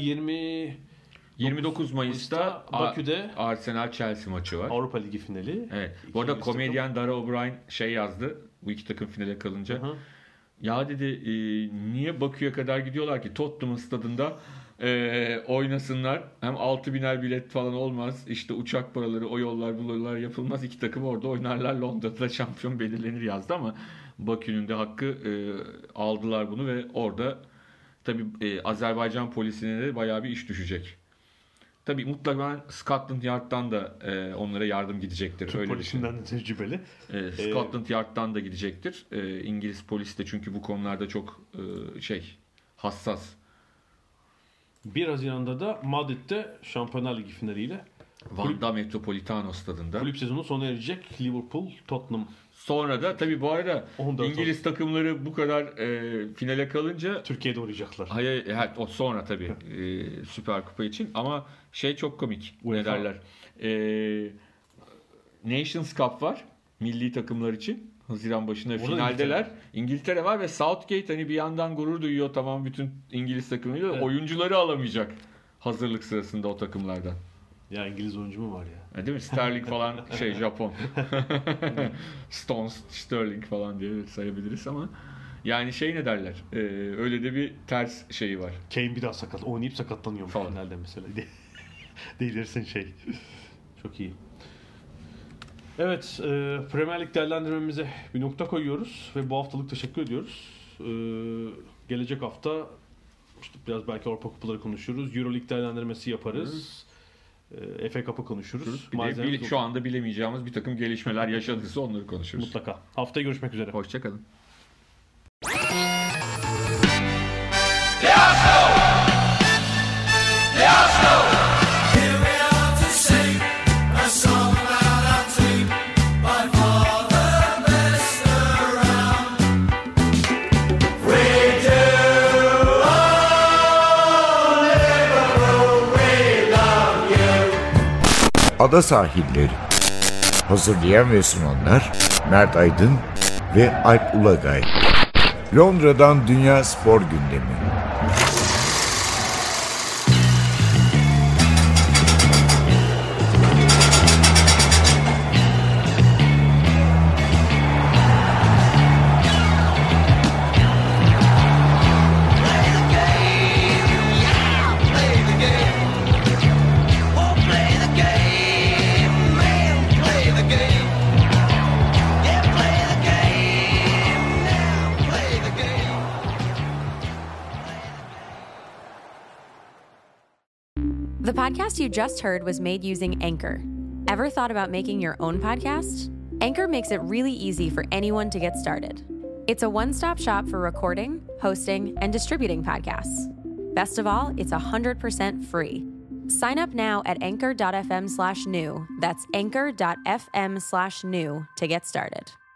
29 Mayıs'ta Bakü'de Arsenal Chelsea maçı var. Avrupa Ligi finali. Evet. Bu arada komedyen Dara O'Brien yazdı. Bu iki takım finale kalınca. Hı-hı. Ya dedi niye Bakü'ye kadar gidiyorlar ki? Tottenham stadında oynasınlar. Hem 6.000'er bilet falan olmaz. İşte uçak paraları, o yollar, bu yollar yapılmaz. İki takım orada oynarlar. Londra'da şampiyon belirlenir yazdı ama Bakü'nün de hakkı aldılar bunu ve orada tabii Azerbaycan polisine de bayağı bir iş düşecek. Tabii mutlaka Scotland Yard'dan da onlara yardım gidecektir. Türk polisinden de tecrübeli. Scotland Yard'dan da gidecektir. İngiliz polisi de çünkü bu konularda çok hassas. 1 Haziran'da da Madrid'de Şampiyonlar Ligi finaliyle Wanda Metropolitano stadında. Kulüp sezonu sona erecek. Liverpool, Tottenham. Sonra da tabii bu arada İngiliz takımları bu kadar finale kalınca Türkiye'de uğrayacaklar. Hayır, o sonra tabii Süper Kupa için ama çok komik. Ne derler? Nations Cup var milli takımlar için. Haziran başında finaldeler. İngiltere var ve Southgate bir yandan gurur duyuyor tamam bütün İngiliz takımıyla. Evet. Oyuncuları alamayacak hazırlık sırasında o takımlardan. Ya İngiliz oyuncu mu var ya? Değil mi? Sterling falan Japon. Stones, Sterling falan diye sayabiliriz ama yani ne derler? Öyle de bir ters şeyi var. Kane bir daha oynayıp sakatlanıyor falan. Finalde mesela. Değilirsin Çok iyi. Evet, Premier Lig değerlendirmemize bir nokta koyuyoruz ve bu haftalık teşekkür ediyoruz. Gelecek hafta biraz belki Avrupa Kupaları konuşuruz. Euro Lig değerlendirmesi yaparız. FA Cup'ı konuşuruz. Şu anda bilemeyeceğimiz bir takım gelişmeler yaşadıysa onları konuşuruz. Mutlaka. Haftaya görüşmek üzere. Hoşçakalın. Ada Sahilleri. Hazırlayan ve sunanlar Mert Aydın ve Alp Ulagay. Londra'dan Dünya Spor Gündemi. The podcast you just heard was made using Anchor. Ever thought about making your own podcast? Anchor makes it really easy for anyone to get started. It's a one-stop shop for recording, hosting, and distributing podcasts. Best of all, it's 100% free. Sign up now at anchor.fm/new. That's anchor.fm/new to get started.